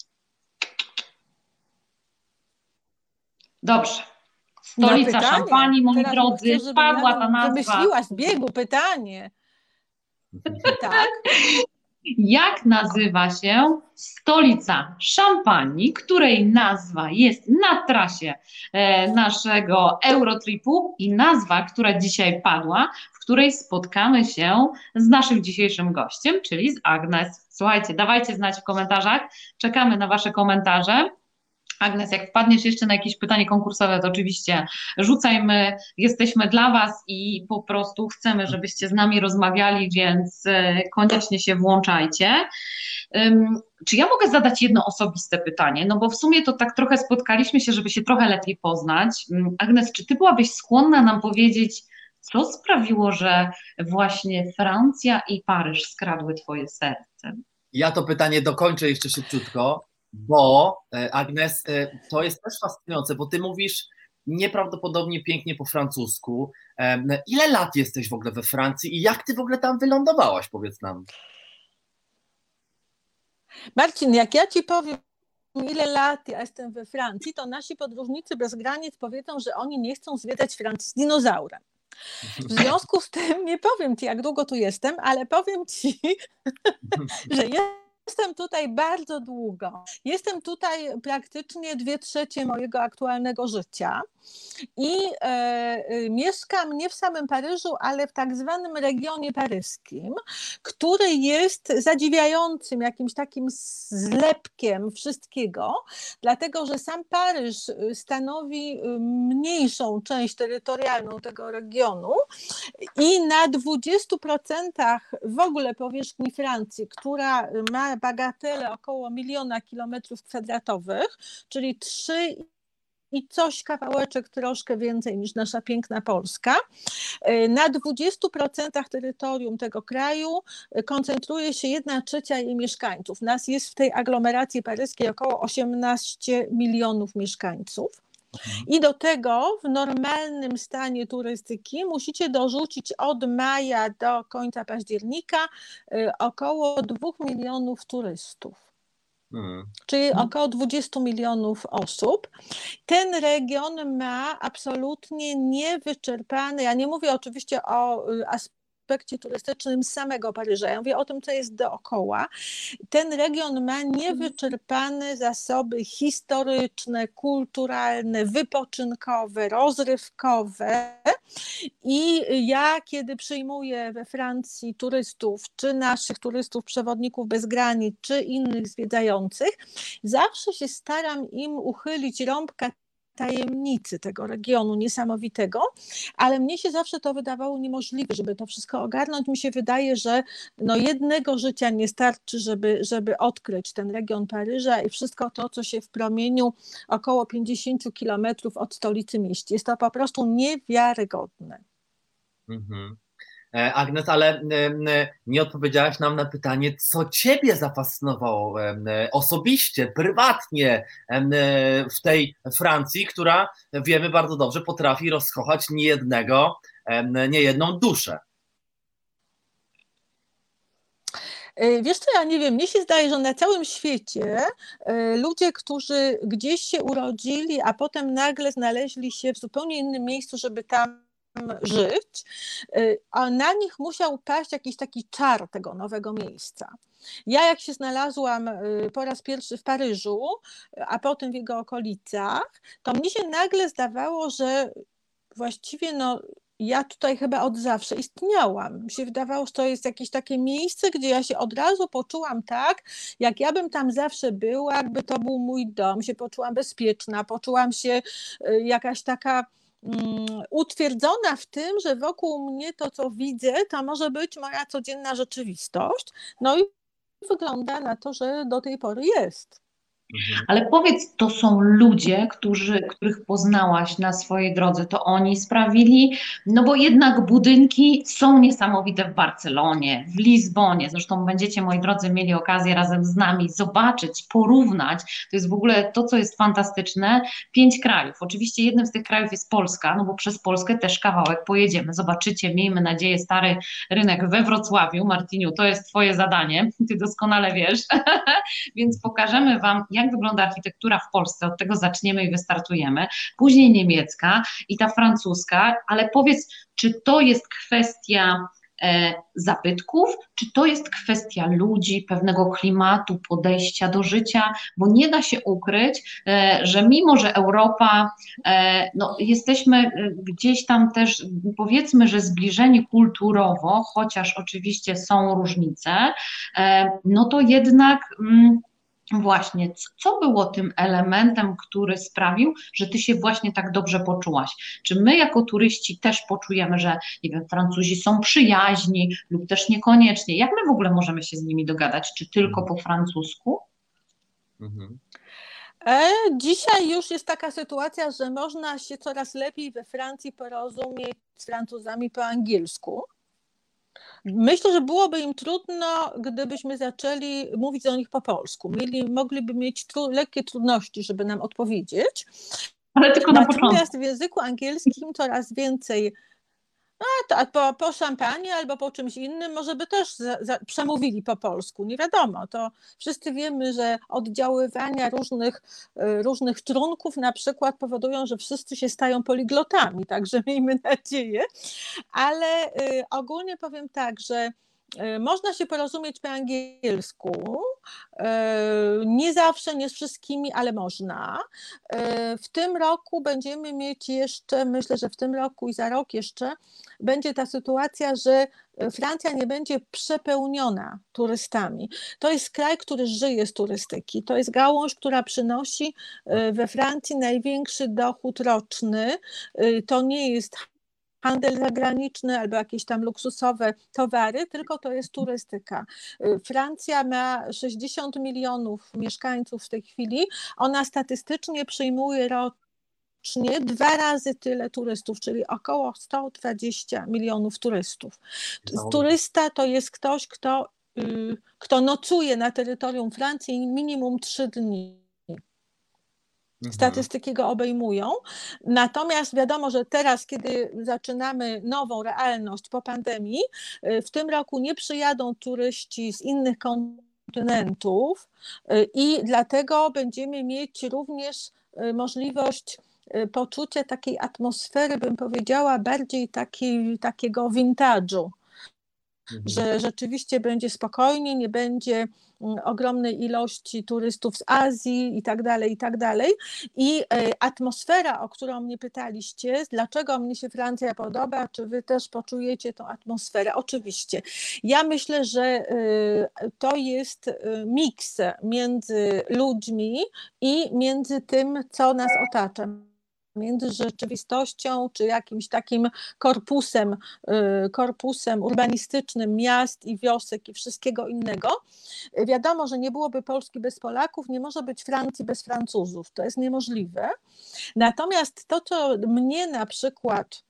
Dobrze. Stolica pytanie? Szampanii, moi Teraz drodzy, chcę, żeby padła ja ta nazwa. Wymyśliłaś z biegu pytanie. Tak? Jak nazywa się stolica Szampanii, której nazwa jest na trasie e, naszego Eurotripu i nazwa, która dzisiaj padła, w której spotkamy się z naszym dzisiejszym gościem, czyli z Agnes. Słuchajcie, dawajcie znać w komentarzach, czekamy na Wasze komentarze. Agnes, jak wpadniesz jeszcze na jakieś pytanie konkursowe, to oczywiście rzucajmy, jesteśmy dla Was i po prostu chcemy, żebyście z nami rozmawiali, więc koniecznie się włączajcie. Um, czy ja mogę zadać jedno osobiste pytanie? No bo w sumie to tak trochę spotkaliśmy się, żeby się trochę lepiej poznać. Agnes, czy Ty byłabyś skłonna nam powiedzieć, co sprawiło, że właśnie Francja i Paryż skradły Twoje serce? Ja to pytanie dokończę jeszcze szybciutko, bo Agnes, to jest też fascynujące, bo Ty mówisz nieprawdopodobnie pięknie po francusku. Ile lat jesteś w ogóle we Francji i jak Ty w ogóle tam wylądowałaś, powiedz nam? Marcin, jak ja Ci powiem, ile lat ja jestem we Francji, to nasi podróżnicy bez granic powiedzą, że oni nie chcą zwiedzać Francji z dinozaurem. W związku z tym nie powiem Ci, jak długo tu jestem, ale powiem Ci, że jestem tutaj bardzo długo. Jestem tutaj praktycznie dwie trzecie mojego aktualnego życia i e, mieszkam nie w samym Paryżu, ale w tak zwanym regionie paryskim, który jest zadziwiającym jakimś takim zlepkiem wszystkiego, dlatego że sam Paryż stanowi mniejszą część terytorialną tego regionu i na dwudziestu procentach w ogóle powierzchni Francji, która ma bagatele około miliona kilometrów kwadratowych, czyli trzy i coś kawałeczek troszkę więcej niż nasza piękna Polska. Na dwudziestu procentach terytorium tego kraju koncentruje się jedna trzecia jej mieszkańców. Nas jest w tej aglomeracji paryskiej około osiemnaście milionów mieszkańców. I do tego w normalnym stanie turystyki musicie dorzucić od maja do końca października około dwóch milionów turystów. Hmm. Czyli około dwudziestu milionów osób. Ten region ma absolutnie niewyczerpany, ja nie mówię oczywiście o aspekcie turystycznym samego Paryża, ja mówię o tym, co jest dookoła. Ten region ma niewyczerpane zasoby historyczne, kulturalne, wypoczynkowe, rozrywkowe i ja, kiedy przyjmuję we Francji turystów, czy naszych turystów, przewodników bez granic, czy innych zwiedzających, zawsze się staram im uchylić rąbka tajemnicy tego regionu niesamowitego, ale mnie się zawsze to wydawało niemożliwe, żeby to wszystko ogarnąć. Mi się wydaje, że no jednego życia nie starczy, żeby, żeby odkryć ten region Paryża i wszystko to, co się w promieniu około pięćdziesięciu kilometrów od stolicy mieści. Jest to po prostu niewiarygodne. Mhm. Agnes, ale nie odpowiedziałaś nam na pytanie, co ciebie zafascynowało osobiście, prywatnie w tej Francji, która, wiemy bardzo dobrze, potrafi rozkochać niejednego, niejedną duszę. Wiesz co, ja nie wiem, mnie się zdaje, że na całym świecie ludzie, którzy gdzieś się urodzili, a potem nagle znaleźli się w zupełnie innym miejscu, żeby tam żyć, a na nich musiał paść jakiś taki czar tego nowego miejsca. Ja jak się znalazłam po raz pierwszy w Paryżu, a potem w jego okolicach, to mnie się nagle zdawało, że właściwie no ja tutaj chyba od zawsze istniałam. Mi się wydawało, że to jest jakieś takie miejsce, gdzie ja się od razu poczułam tak, jak ja bym tam zawsze była, jakby to był mój dom, się poczułam bezpieczna, poczułam się jakaś taka utwierdzona w tym, że wokół mnie to, co widzę, to może być moja codzienna rzeczywistość. No i wygląda na to, że do tej pory jest. Ale powiedz, to są ludzie, którzy, których poznałaś na swojej drodze, to oni sprawili, no bo jednak budynki są niesamowite w Barcelonie, w Lizbonie, zresztą będziecie, moi drodzy, mieli okazję razem z nami zobaczyć, porównać, to jest w ogóle to, co jest fantastyczne, pięć krajów, oczywiście jednym z tych krajów jest Polska, no bo przez Polskę też kawałek pojedziemy, zobaczycie, miejmy nadzieję, stary rynek we Wrocławiu. Martiniu, to jest twoje zadanie, ty doskonale wiesz, więc pokażemy wam, jak wygląda architektura w Polsce, od tego zaczniemy i wystartujemy, później niemiecka i ta francuska, ale powiedz, czy to jest kwestia e, zabytków, czy to jest kwestia ludzi, pewnego klimatu, podejścia do życia, bo nie da się ukryć, e, że mimo, że Europa, e, no jesteśmy gdzieś tam też, powiedzmy, że zbliżeni kulturowo, chociaż oczywiście są różnice, e, no to jednak mm, właśnie, co było tym elementem, który sprawił, że ty się właśnie tak dobrze poczułaś? Czy my jako turyści też poczujemy, że nie wiem, Francuzi są przyjaźni lub też niekoniecznie? Jak my w ogóle możemy się z nimi dogadać? Czy tylko po francusku? Mhm. E, dzisiaj już jest taka sytuacja, że można się coraz lepiej we Francji porozumieć z Francuzami po angielsku. Myślę, że byłoby im trudno, gdybyśmy zaczęli mówić do nich po polsku. Mieli, mogliby mieć tru, lekkie trudności, żeby nam odpowiedzieć. Ale tylko na początku. Natomiast w języku angielskim coraz więcej, a to po, po szampanie albo po czymś innym, może by też za, za, przemówili po polsku. Nie wiadomo, to wszyscy wiemy, że oddziaływania różnych, różnych trunków na przykład powodują, że wszyscy się stają poliglotami, także miejmy nadzieję. Ale y, ogólnie powiem tak, że można się porozumieć po angielsku, nie zawsze, nie z wszystkimi, ale można. W tym roku będziemy mieć jeszcze, myślę, że w tym roku i za rok jeszcze będzie ta sytuacja, że Francja nie będzie przepełniona turystami. To jest kraj, który żyje z turystyki. To jest gałąź, która przynosi we Francji największy dochód roczny. To nie jest handel zagraniczny albo jakieś tam luksusowe towary, tylko to jest turystyka. Francja ma sześćdziesiąt milionów mieszkańców w tej chwili. Ona statystycznie przyjmuje rocznie dwa razy tyle turystów, czyli około sto dwadzieścia milionów turystów. Turysta to jest ktoś, kto, kto nocuje na terytorium Francji minimum trzy dni. Statystyki go obejmują. Natomiast wiadomo, że teraz, kiedy zaczynamy nową realność po pandemii, w tym roku nie przyjadą turyści z innych kontynentów i dlatego będziemy mieć również możliwość poczucia takiej atmosfery, bym powiedziała, bardziej takiej, takiego vintage'u. Mhm. Że rzeczywiście będzie spokojnie, nie będzie ogromnej ilości turystów z Azji i tak dalej, i tak dalej. I atmosfera, o którą mnie pytaliście, dlaczego mnie się Francja podoba, czy wy też poczujecie tą atmosferę? Oczywiście. Ja myślę, że to jest miks między ludźmi i między tym, co nas otacza. między rzeczywistością czy jakimś takim korpusem, korpusem urbanistycznym miast i wiosek i wszystkiego innego. Wiadomo, że nie byłoby Polski bez Polaków, nie może być Francji bez Francuzów. To jest niemożliwe. Natomiast to, co mnie na przykład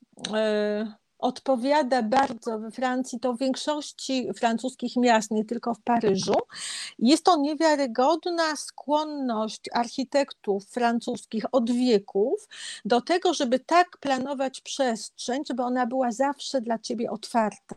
odpowiada bardzo we Francji, to w większości francuskich miast, nie tylko w Paryżu, jest to niewiarygodna skłonność architektów francuskich od wieków do tego, żeby tak planować przestrzeń, żeby ona była zawsze dla ciebie otwarta.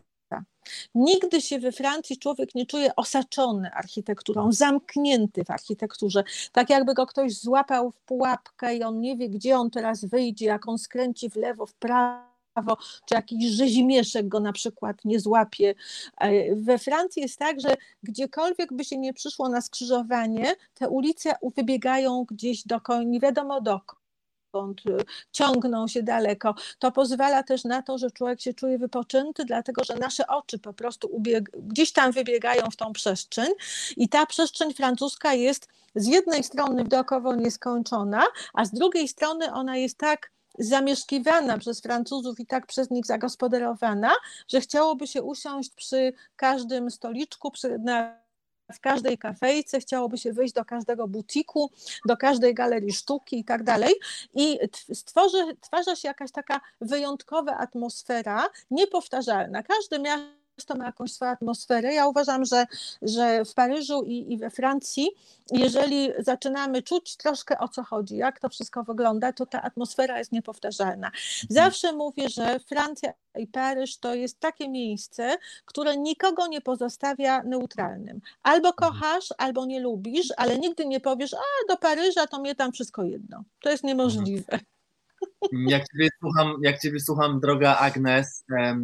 Nigdy się we Francji człowiek nie czuje osaczony architekturą, zamknięty w architekturze, tak jakby go ktoś złapał w pułapkę i on nie wie, gdzie on teraz wyjdzie, jak on skręci w lewo, w prawo, czy jakiś rzezimieszek go na przykład nie złapie. We Francji jest tak, że gdziekolwiek by się nie przyszło na skrzyżowanie, te ulice wybiegają gdzieś dokąd, nie wiadomo dokąd, ciągną się daleko. To pozwala też na to, że człowiek się czuje wypoczęty, dlatego że nasze oczy po prostu ubieg- gdzieś tam wybiegają w tą przestrzeń i ta przestrzeń francuska jest z jednej strony widokowo nieskończona, a z drugiej strony ona jest tak zamieszkiwana przez Francuzów i tak przez nich zagospodarowana, że chciałoby się usiąść przy każdym stoliczku, przy, na, w każdej kafejce, chciałoby się wyjść do każdego butiku, do każdej galerii sztuki i tak dalej. I stworzy, stwarza się jakaś taka wyjątkowa atmosfera, niepowtarzalna. Każde miasto ma jakąś swoją atmosferę. Ja uważam, że, że w Paryżu i, i we Francji, jeżeli zaczynamy czuć troszkę o co chodzi, jak to wszystko wygląda, to ta atmosfera jest niepowtarzalna. Zawsze mówię, że Francja i Paryż to jest takie miejsce, które nikogo nie pozostawia neutralnym. Albo kochasz, albo nie lubisz, ale nigdy nie powiesz, a do Paryża to mnie tam wszystko jedno. To jest niemożliwe. Jak ciebie słucham, jak ciebie słucham, droga Agnes,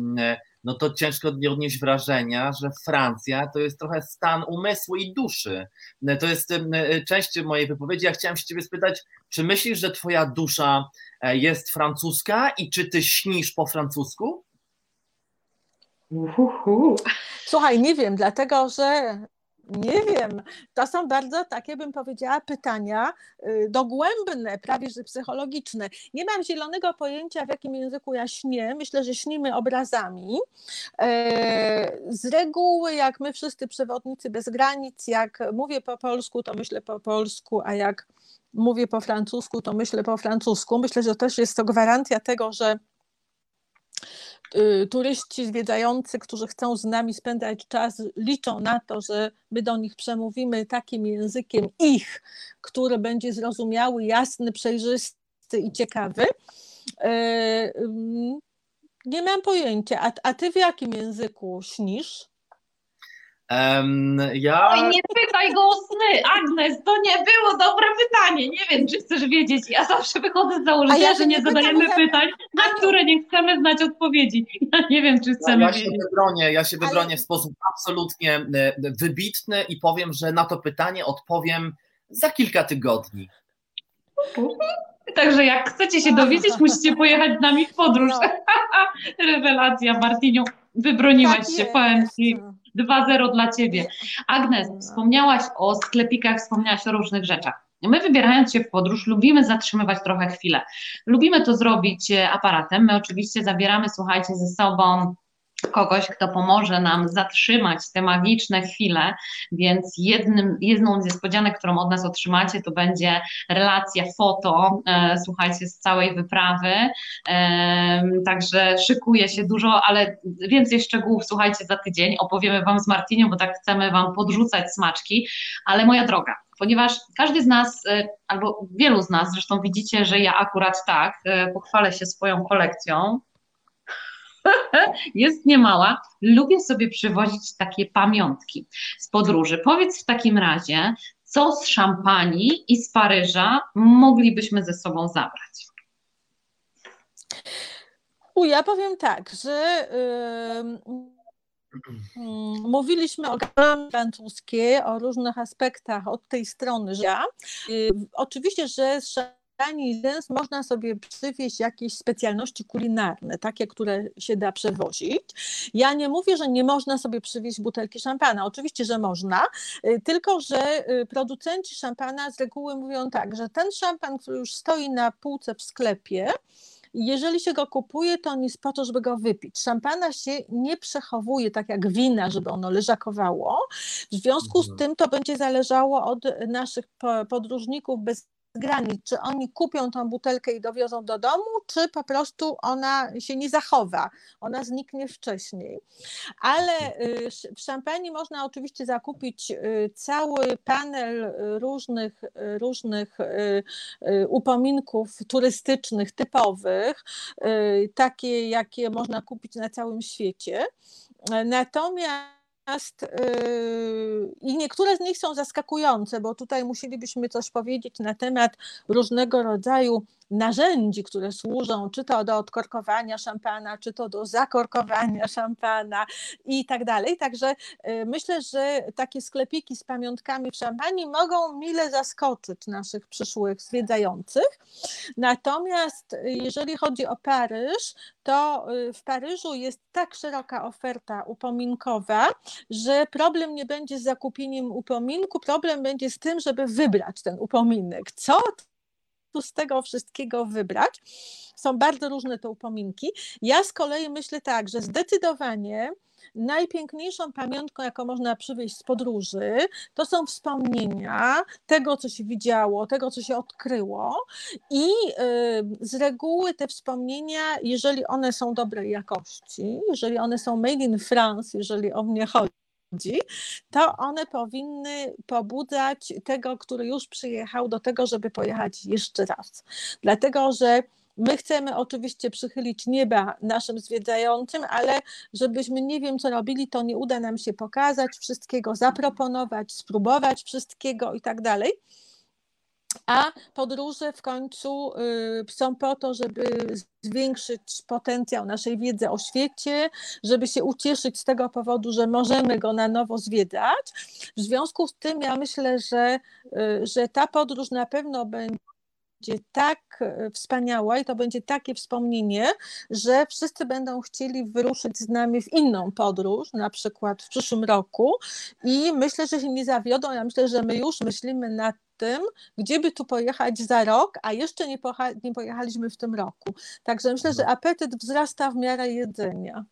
no to ciężko nie odnieść wrażenia, że Francja to jest trochę stan umysłu i duszy. To jest część mojej wypowiedzi. Ja chciałem się ciebie spytać, czy myślisz, że twoja dusza jest francuska i czy ty śnisz po francusku? Uhuhu. Słuchaj, nie wiem, dlatego że nie wiem, to są bardzo takie, bym powiedziała, pytania dogłębne, prawie że psychologiczne. Nie mam zielonego pojęcia, w jakim języku ja śnię. Myślę, że śnimy obrazami. Z reguły, jak my wszyscy przewodnicy bez granic, jak mówię po polsku, to myślę po polsku, a jak mówię po francusku, to myślę po francusku. Myślę, że też jest to gwarancja tego, że turyści zwiedzający, którzy chcą z nami spędzać czas, liczą na to, że my do nich przemówimy takim językiem ich, który będzie zrozumiały, jasny, przejrzysty i ciekawy. Nie mam pojęcia. A, a ty w jakim języku śnisz? Um, ja... Oj, nie pytaj go o sny, Agnes, to nie było dobre pytanie. Nie wiem, czy chcesz wiedzieć. Ja zawsze wychodzę z założenia, ja że nie pytam, zadajemy ja... pytań, na Aniu. które nie chcemy znać odpowiedzi. Ja nie wiem, czy chcemy ja, ja się wiedzieć. wybronię, ja się wybronię Ale... w sposób absolutnie wybitny i powiem, że na to pytanie odpowiem za kilka tygodni. Także jak chcecie się dowiedzieć, musicie pojechać z nami w podróż. No. Rewelacja, Martiniu, wybroniłaś Tak się, powiem ci. jest. dwa zero dla ciebie. Agnes, No. wspomniałaś o sklepikach, wspomniałaś o różnych rzeczach. My, wybierając się w podróż, lubimy zatrzymywać trochę chwilę. Lubimy to zrobić aparatem. My oczywiście zabieramy, słuchajcie, ze sobą kogoś, kto pomoże nam zatrzymać te magiczne chwile, więc jednym, jedną z niespodzianek, którą od nas otrzymacie, to będzie relacja foto, e, słuchajcie, z całej wyprawy, e, także szykuje się dużo, ale więcej szczegółów, słuchajcie, za tydzień opowiemy wam z Martinią, bo tak chcemy wam podrzucać smaczki, ale moja droga, ponieważ każdy z nas, e, albo wielu z nas, zresztą widzicie, że ja akurat tak, e, pochwalę się swoją kolekcją, jest niemała, lubię sobie przywozić takie pamiątki z podróży. Powiedz w takim razie, co z Szampanii i z Paryża moglibyśmy ze sobą zabrać? U, ja powiem tak, że yy, mówiliśmy o gastronomii francuskiej, o różnych aspektach od tej strony życia. Yy, oczywiście, że z Dens można sobie przywieźć jakieś specjalności kulinarne, takie, które się da przewozić. Ja nie mówię, że nie można sobie przywieźć butelki szampana. Oczywiście, że można, tylko że producenci szampana z reguły mówią tak, że ten szampan, który już stoi na półce w sklepie, jeżeli się go kupuje, to on jest po to, żeby go wypić. Szampana się nie przechowuje tak jak wina, żeby ono leżakowało. W związku z tym to będzie zależało od naszych podróżników bez granic, czy oni kupią tą butelkę i dowiozą do domu, czy po prostu ona się nie zachowa, ona zniknie wcześniej. Ale w szampanii można oczywiście zakupić cały panel różnych, różnych upominków turystycznych, typowych, takie jakie można kupić na całym świecie. Natomiast i niektóre z nich są zaskakujące, bo tutaj musielibyśmy coś powiedzieć na temat różnego rodzaju narzędzi, które służą czy to do odkorkowania szampana, czy to do zakorkowania szampana i tak dalej. Także myślę, że takie sklepiki z pamiątkami w szampanii mogą mile zaskoczyć naszych przyszłych zwiedzających. Natomiast jeżeli chodzi o Paryż, to w Paryżu jest tak szeroka oferta upominkowa, że problem nie będzie z zakupieniem upominku, problem będzie z tym, żeby wybrać ten upominek. Co tu z tego wszystkiego wybrać? Są bardzo różne te upominki. Ja z kolei myślę tak, że zdecydowanie najpiękniejszą pamiątką, jaką można przywieźć z podróży, to są wspomnienia tego, co się widziało, tego, co się odkryło i z reguły te wspomnienia, jeżeli one są dobrej jakości, jeżeli one są made in France, jeżeli o mnie chodzi, to one powinny pobudzać tego, który już przyjechał, do tego, żeby pojechać jeszcze raz. Dlatego, że my chcemy oczywiście przychylić nieba naszym zwiedzającym, ale żebyśmy nie wiem co robili, to nie uda nam się pokazać wszystkiego, zaproponować, spróbować wszystkiego i tak dalej. A podróże w końcu są po to, żeby zwiększyć potencjał naszej wiedzy o świecie, żeby się ucieszyć z tego powodu, że możemy go na nowo zwiedzać. W związku z tym ja myślę, że, że ta podróż na pewno będzie będzie tak wspaniała i to będzie takie wspomnienie, że wszyscy będą chcieli wyruszyć z nami w inną podróż, na przykład w przyszłym roku i myślę, że się nie zawiodą. Ja myślę, że my już myślimy nad tym, gdzie by tu pojechać za rok, a jeszcze nie, pocha- nie pojechaliśmy w tym roku. Także myślę, że apetyt wzrasta w miarę jedzenia.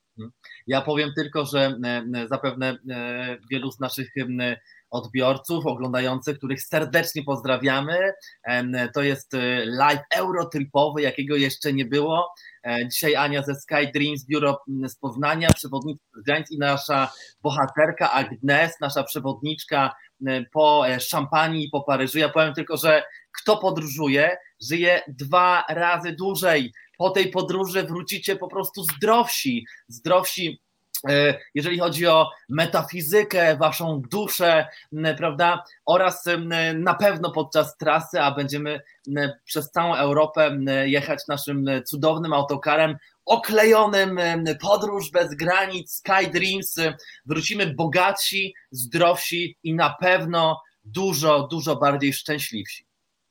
Ja powiem tylko, że zapewne wielu z naszych odbiorców, oglądających, których serdecznie pozdrawiamy. To jest live eurotripowy, jakiego jeszcze nie było. Dzisiaj Ania ze Sky Dreams, biuro z Poznania, przewodniczka z granic i nasza bohaterka Agnes, nasza przewodniczka po Szampanii i po Paryżu. Ja powiem tylko, że kto podróżuje, żyje dwa razy dłużej. Po tej podróży wrócicie po prostu zdrowsi, zdrowsi, jeżeli chodzi o metafizykę, waszą duszę, prawda, oraz na pewno podczas trasy, a będziemy przez całą Europę jechać naszym cudownym autokarem oklejonym, podróż bez granic, Sky Dreams, wrócimy bogatsi, zdrowsi i na pewno dużo, dużo bardziej szczęśliwsi.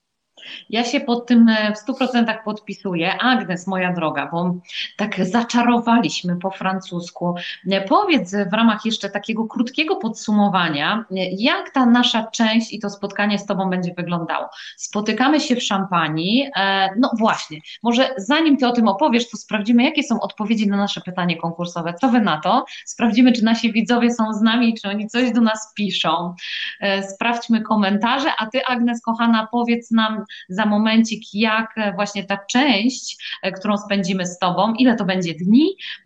Ja się pod tym w stu procentach podpisuję. Agnes, moja droga, bo tak zaczarowaliśmy po francusku. Powiedz w ramach jeszcze takiego krótkiego podsumowania, jak ta nasza część i to spotkanie z Tobą będzie wyglądało. Spotykamy się w Szampanii. No właśnie, może zanim Ty o tym opowiesz, to sprawdzimy, jakie są odpowiedzi na nasze pytanie konkursowe. Co Wy na to? Sprawdzimy, czy nasi widzowie są z nami, czy oni coś do nas piszą. Sprawdźmy komentarze, a Ty, Agnes, kochana, powiedz nam za momencik, jak właśnie ta część, którą spędzimy z Tobą, ile to będzie dni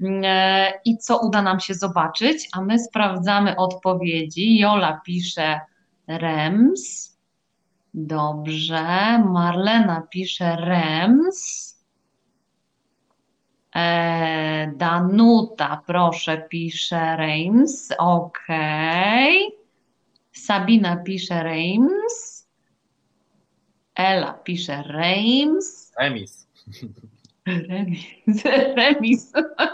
i co uda nam się zobaczyć, a my sprawdzamy odpowiedzi. Jola pisze Rems, dobrze, Marlena pisze Rems, e, Danuta, proszę, pisze Reims, okej, okay. Sabina pisze Reims, Ela pisze Reims. Remis. Remis. Remis.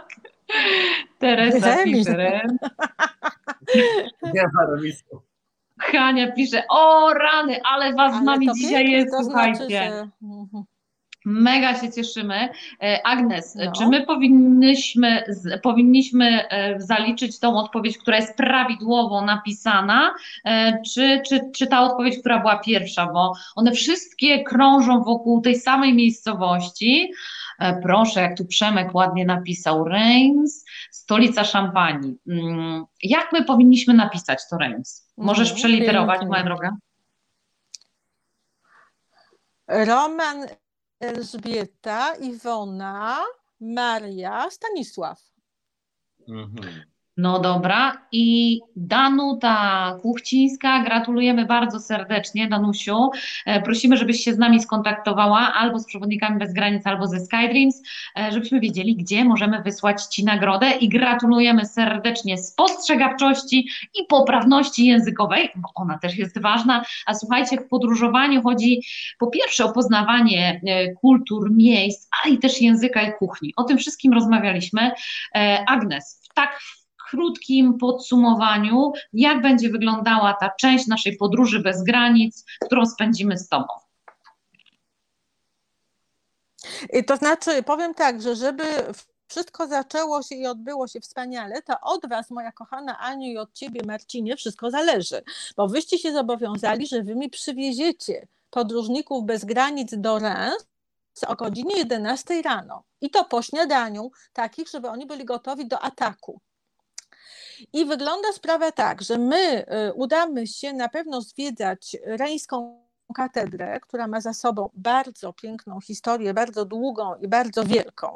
Teresa Remis. pisze Remis. Nie ma remisu. Hania pisze, o rany, ale was z Ale nami to dzisiaj pięknie, jest, to słuchajcie. znaczy, że... Mhm. Mega się cieszymy. E, Agnes, No. czy my powinnyśmy, z- powinniśmy e, zaliczyć tą odpowiedź, która jest prawidłowo napisana, e, czy, czy, czy ta odpowiedź, która była pierwsza, bo one wszystkie krążą wokół tej samej miejscowości. E, Proszę, jak tu Przemek ładnie napisał, Reims, stolica Szampanii. Mm, Jak my powinniśmy napisać to Reims? Możesz Mhm, przeliterować, moja pięknie. droga? Roman, Elżbieta, Iwona, Maria, Stanisław. Mhm. No dobra. I Danuta Kuchcińska, gratulujemy bardzo serdecznie, Danusiu. E, Prosimy, żebyś się z nami skontaktowała albo z Przewodnikami Bez Granic, albo ze SkyDreams, e, żebyśmy wiedzieli, gdzie możemy wysłać Ci nagrodę i gratulujemy serdecznie spostrzegawczości i poprawności językowej, bo ona też jest ważna. A słuchajcie, w podróżowaniu chodzi po pierwsze o poznawanie e, kultur, miejsc, ale i też języka i kuchni. O tym wszystkim rozmawialiśmy. E, Agnes, w tak krótkim podsumowaniu, jak będzie wyglądała ta część naszej podróży bez granic, którą spędzimy z Tobą? I to znaczy, powiem tak, że żeby wszystko zaczęło się i odbyło się wspaniale, to od Was, moja kochana Aniu, i od Ciebie, Marcinie, wszystko zależy, bo Wyście się zobowiązali, że Wy mi przywieziecie podróżników bez granic do Reims o godzinie jedenastej rano i to po śniadaniu, takich, żeby oni byli gotowi do ataku. I wygląda sprawa tak, że my udamy się na pewno zwiedzać Rejńską katedrę, która ma za sobą bardzo piękną historię, bardzo długą i bardzo wielką.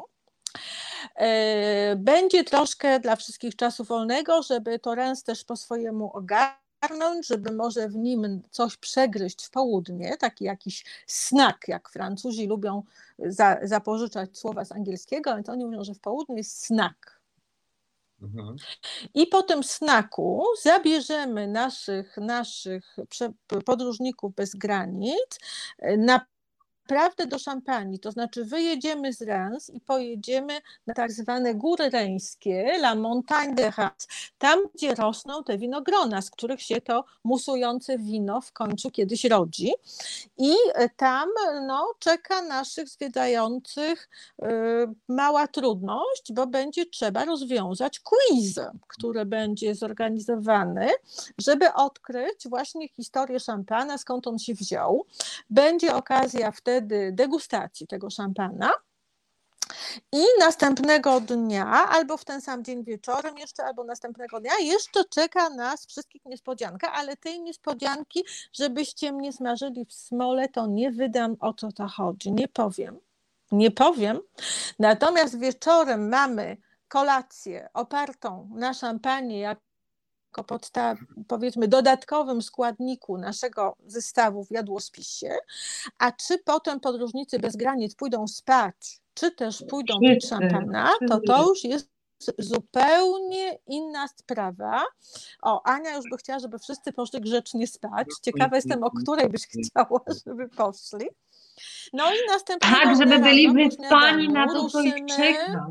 Będzie troszkę dla wszystkich czasu wolnego, żeby to Reims też po swojemu ogarnąć, żeby może w nim coś przegryźć w południe, taki jakiś snack, jak Francuzi lubią za, zapożyczać słowa z angielskiego, więc oni mówią, że w południu jest snack. Mhm. I po tym snaku zabierzemy naszych, naszych podróżników bez granic naprawdę do Szampanii, to znaczy wyjedziemy z Reims i pojedziemy na tak zwane góry reńskie, La Montagne de Reims, tam gdzie rosną te winogrona, z których się to musujące wino w końcu kiedyś rodzi. I tam no, czeka naszych zwiedzających y, mała trudność, bo będzie trzeba rozwiązać quiz, który będzie zorganizowany, żeby odkryć właśnie historię szampana, skąd on się wziął. Będzie okazja wtedy degustacji tego szampana. I następnego dnia, albo w ten sam dzień wieczorem jeszcze, albo następnego dnia jeszcze czeka nas wszystkich niespodzianka, ale tej niespodzianki, żebyście mnie smażyli w smole, to nie wydam, o co to chodzi, nie powiem, nie powiem. Natomiast wieczorem mamy kolację opartą na szampanie, jak jako podstaw, powiedzmy dodatkowym składniku naszego zestawu w jadłospisie, a czy potem podróżnicy bez granic pójdą spać, czy też pójdą pić szampana, to to już jest zupełnie inna sprawa. O, Ania już by chciała, żeby wszyscy poszli grzecznie spać. Ciekawa jestem, o której byś chciała, żeby poszli. No i następnego Tak, żeby rano, byli po wyspani na śniadaniu to, co ich ruszymy, czeka.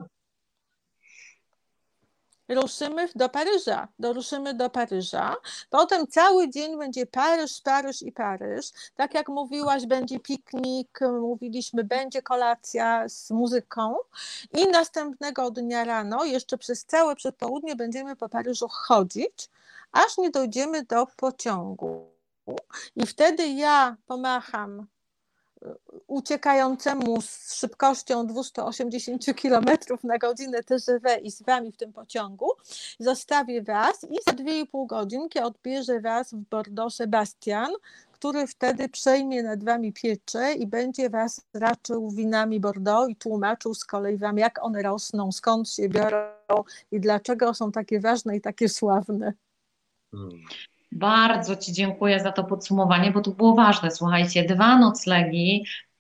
ruszymy do Paryża, do, ruszymy do Paryża. Potem cały dzień będzie Paryż, Paryż i Paryż. Tak jak mówiłaś, będzie piknik, mówiliśmy, będzie kolacja z muzyką i następnego dnia rano, jeszcze przez całe przedpołudnie będziemy po Paryżu chodzić, aż nie dojdziemy do pociągu. I wtedy ja pomacham uciekającemu z szybkością dwieście osiemdziesiąt kilometrów na godzinę T G V i z Wami w tym pociągu, zostawię Was i za dwie i pół godzinki odbierze Was w Bordeaux Sebastian, który wtedy przejmie nad Wami pieczę i będzie Was raczył winami Bordeaux i tłumaczył z kolei Wam, jak one rosną, skąd się biorą i dlaczego są takie ważne i takie sławne. Hmm. Bardzo Ci dziękuję za to podsumowanie, bo to było ważne. Słuchajcie, dwa noclegi,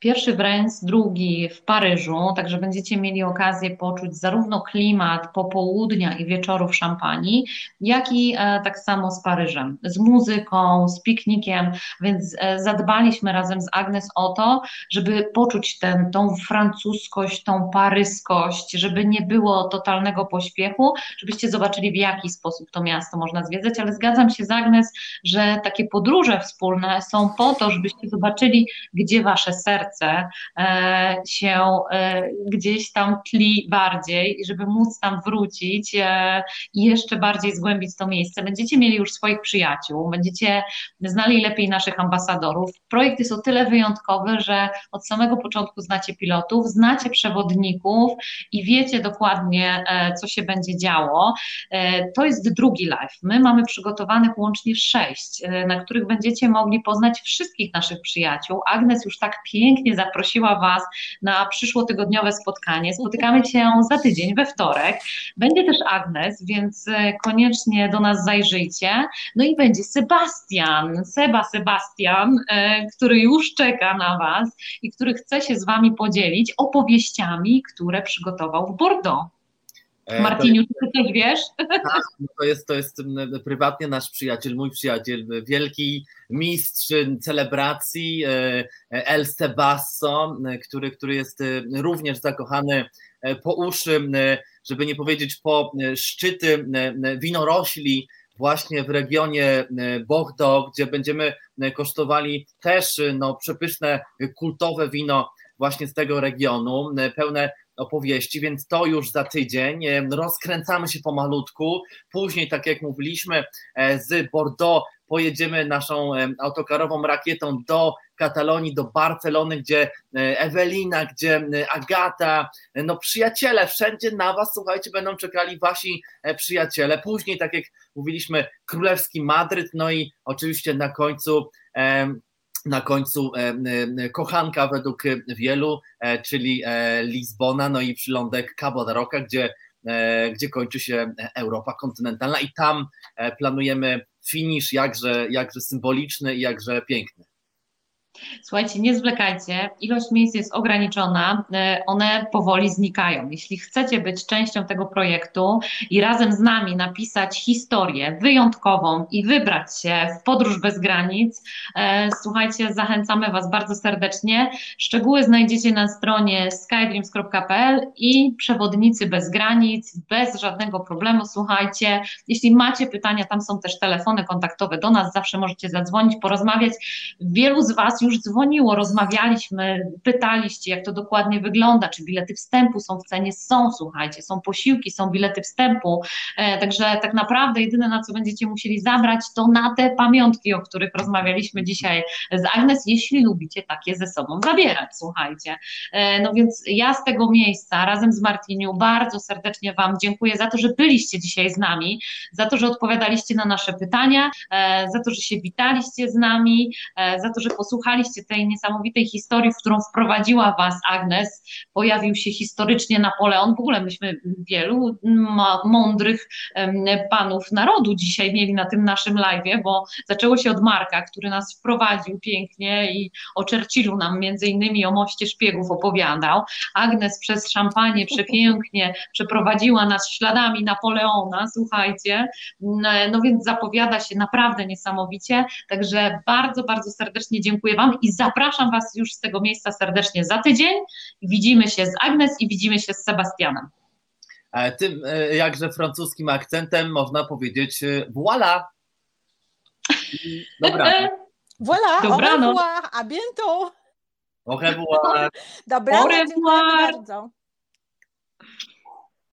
pierwszy w Reims, drugi w Paryżu, także będziecie mieli okazję poczuć zarówno klimat popołudnia i wieczorów Szampanii, jak i e, tak samo z Paryżem, z muzyką, z piknikiem, więc e, zadbaliśmy razem z Agnes o to, żeby poczuć ten, tą francuskość, tą paryskość, żeby nie było totalnego pośpiechu, żebyście zobaczyli, w jaki sposób to miasto można zwiedzać, ale zgadzam się z Agnes, że takie podróże wspólne są po to, żebyście zobaczyli, gdzie wasze serce e, się e, gdzieś tam tli bardziej i żeby móc tam wrócić e, i jeszcze bardziej zgłębić to miejsce. Będziecie mieli już swoich przyjaciół, będziecie znali lepiej naszych ambasadorów. Projekt jest o tyle wyjątkowy, że od samego początku znacie pilotów, znacie przewodników i wiecie dokładnie, e, co się będzie działo. E, to jest drugi live. My mamy przygotowanych łącznie sześć, e, na których będziecie mogli poznać wszystkich naszych przyjaciół. Agnes już tak pięknie zaprosiła Was na przyszłotygodniowe spotkanie. Spotykamy się za tydzień, we wtorek. Będzie też Agnes, więc koniecznie do nas zajrzyjcie. No i będzie Sebastian, Seba Sebastian, który już czeka na Was i który chce się z Wami podzielić opowieściami, które przygotował w Bordeaux. Martiniu, ty też wiesz? Tak, to jest, to jest prywatnie nasz przyjaciel, mój przyjaciel, wielki mistrz celebracji, El Sebasso, który, który jest również zakochany po uszy, żeby nie powiedzieć po szczyty winorośli właśnie w regionie Bordeaux, gdzie będziemy kosztowali też no, przepyszne, kultowe wino właśnie z tego regionu, pełne opowieści, więc to już za tydzień. Rozkręcamy się pomalutku. Później, tak jak mówiliśmy, z Bordeaux pojedziemy naszą autokarową rakietą do Katalonii, do Barcelony, gdzie Ewelina, gdzie Agata, no przyjaciele, wszędzie na Was, słuchajcie, będą czekali Wasi przyjaciele. Później, tak jak mówiliśmy, królewski Madryt, no i oczywiście na końcu Na końcu kochanka według wielu, czyli Lizbona, no i przylądek Cabo de Roca, gdzie, gdzie kończy się Europa kontynentalna i tam planujemy finisz jakże, jakże symboliczny i jakże piękny. Słuchajcie, nie zwlekajcie, ilość miejsc jest ograniczona, one powoli znikają. Jeśli chcecie być częścią tego projektu i razem z nami napisać historię wyjątkową i wybrać się w podróż bez granic, słuchajcie, zachęcamy Was bardzo serdecznie. Szczegóły znajdziecie na stronie skydreams kropka p l i przewodnicy bez granic, bez żadnego problemu. Słuchajcie, jeśli macie pytania, tam są też telefony kontaktowe do nas, zawsze możecie zadzwonić, porozmawiać. Wielu z Was już dzwoniło, rozmawialiśmy, pytaliście, jak to dokładnie wygląda, czy bilety wstępu są w cenie, są, słuchajcie, są posiłki, są bilety wstępu, e, także tak naprawdę jedyne, na co będziecie musieli zabrać, to na te pamiątki, o których rozmawialiśmy dzisiaj z Agnes, jeśli lubicie takie ze sobą zabierać, słuchajcie. E, no więc ja z tego miejsca, razem z Martiniu, bardzo serdecznie Wam dziękuję za to, że byliście dzisiaj z nami, za to, że odpowiadaliście na nasze pytania, e, za to, że się witaliście z nami, e, za to, że posłuchaliście tej niesamowitej historii, w którą wprowadziła Was Agnes. Pojawił się historycznie Napoleon. W ogóle myśmy wielu mądrych panów narodu dzisiaj mieli na tym naszym live'ie, bo zaczęło się od Marka, który nas wprowadził pięknie i o Churchillu nam między innymi o moście szpiegów opowiadał. Agnes przez szampanię przepięknie przeprowadziła nas śladami Napoleona, słuchajcie, no więc zapowiada się naprawdę niesamowicie, także bardzo, bardzo serdecznie dziękuję Wam i zapraszam Was już z tego miejsca serdecznie za tydzień. Widzimy się z Agnes i widzimy się z Sebastianem. Tym jakże francuskim akcentem można powiedzieć voilà. Dobra. Voilà, Dobranoc. au revoir, à bientôt. Au revoir. Dobranoc, dziękujemy bardzo.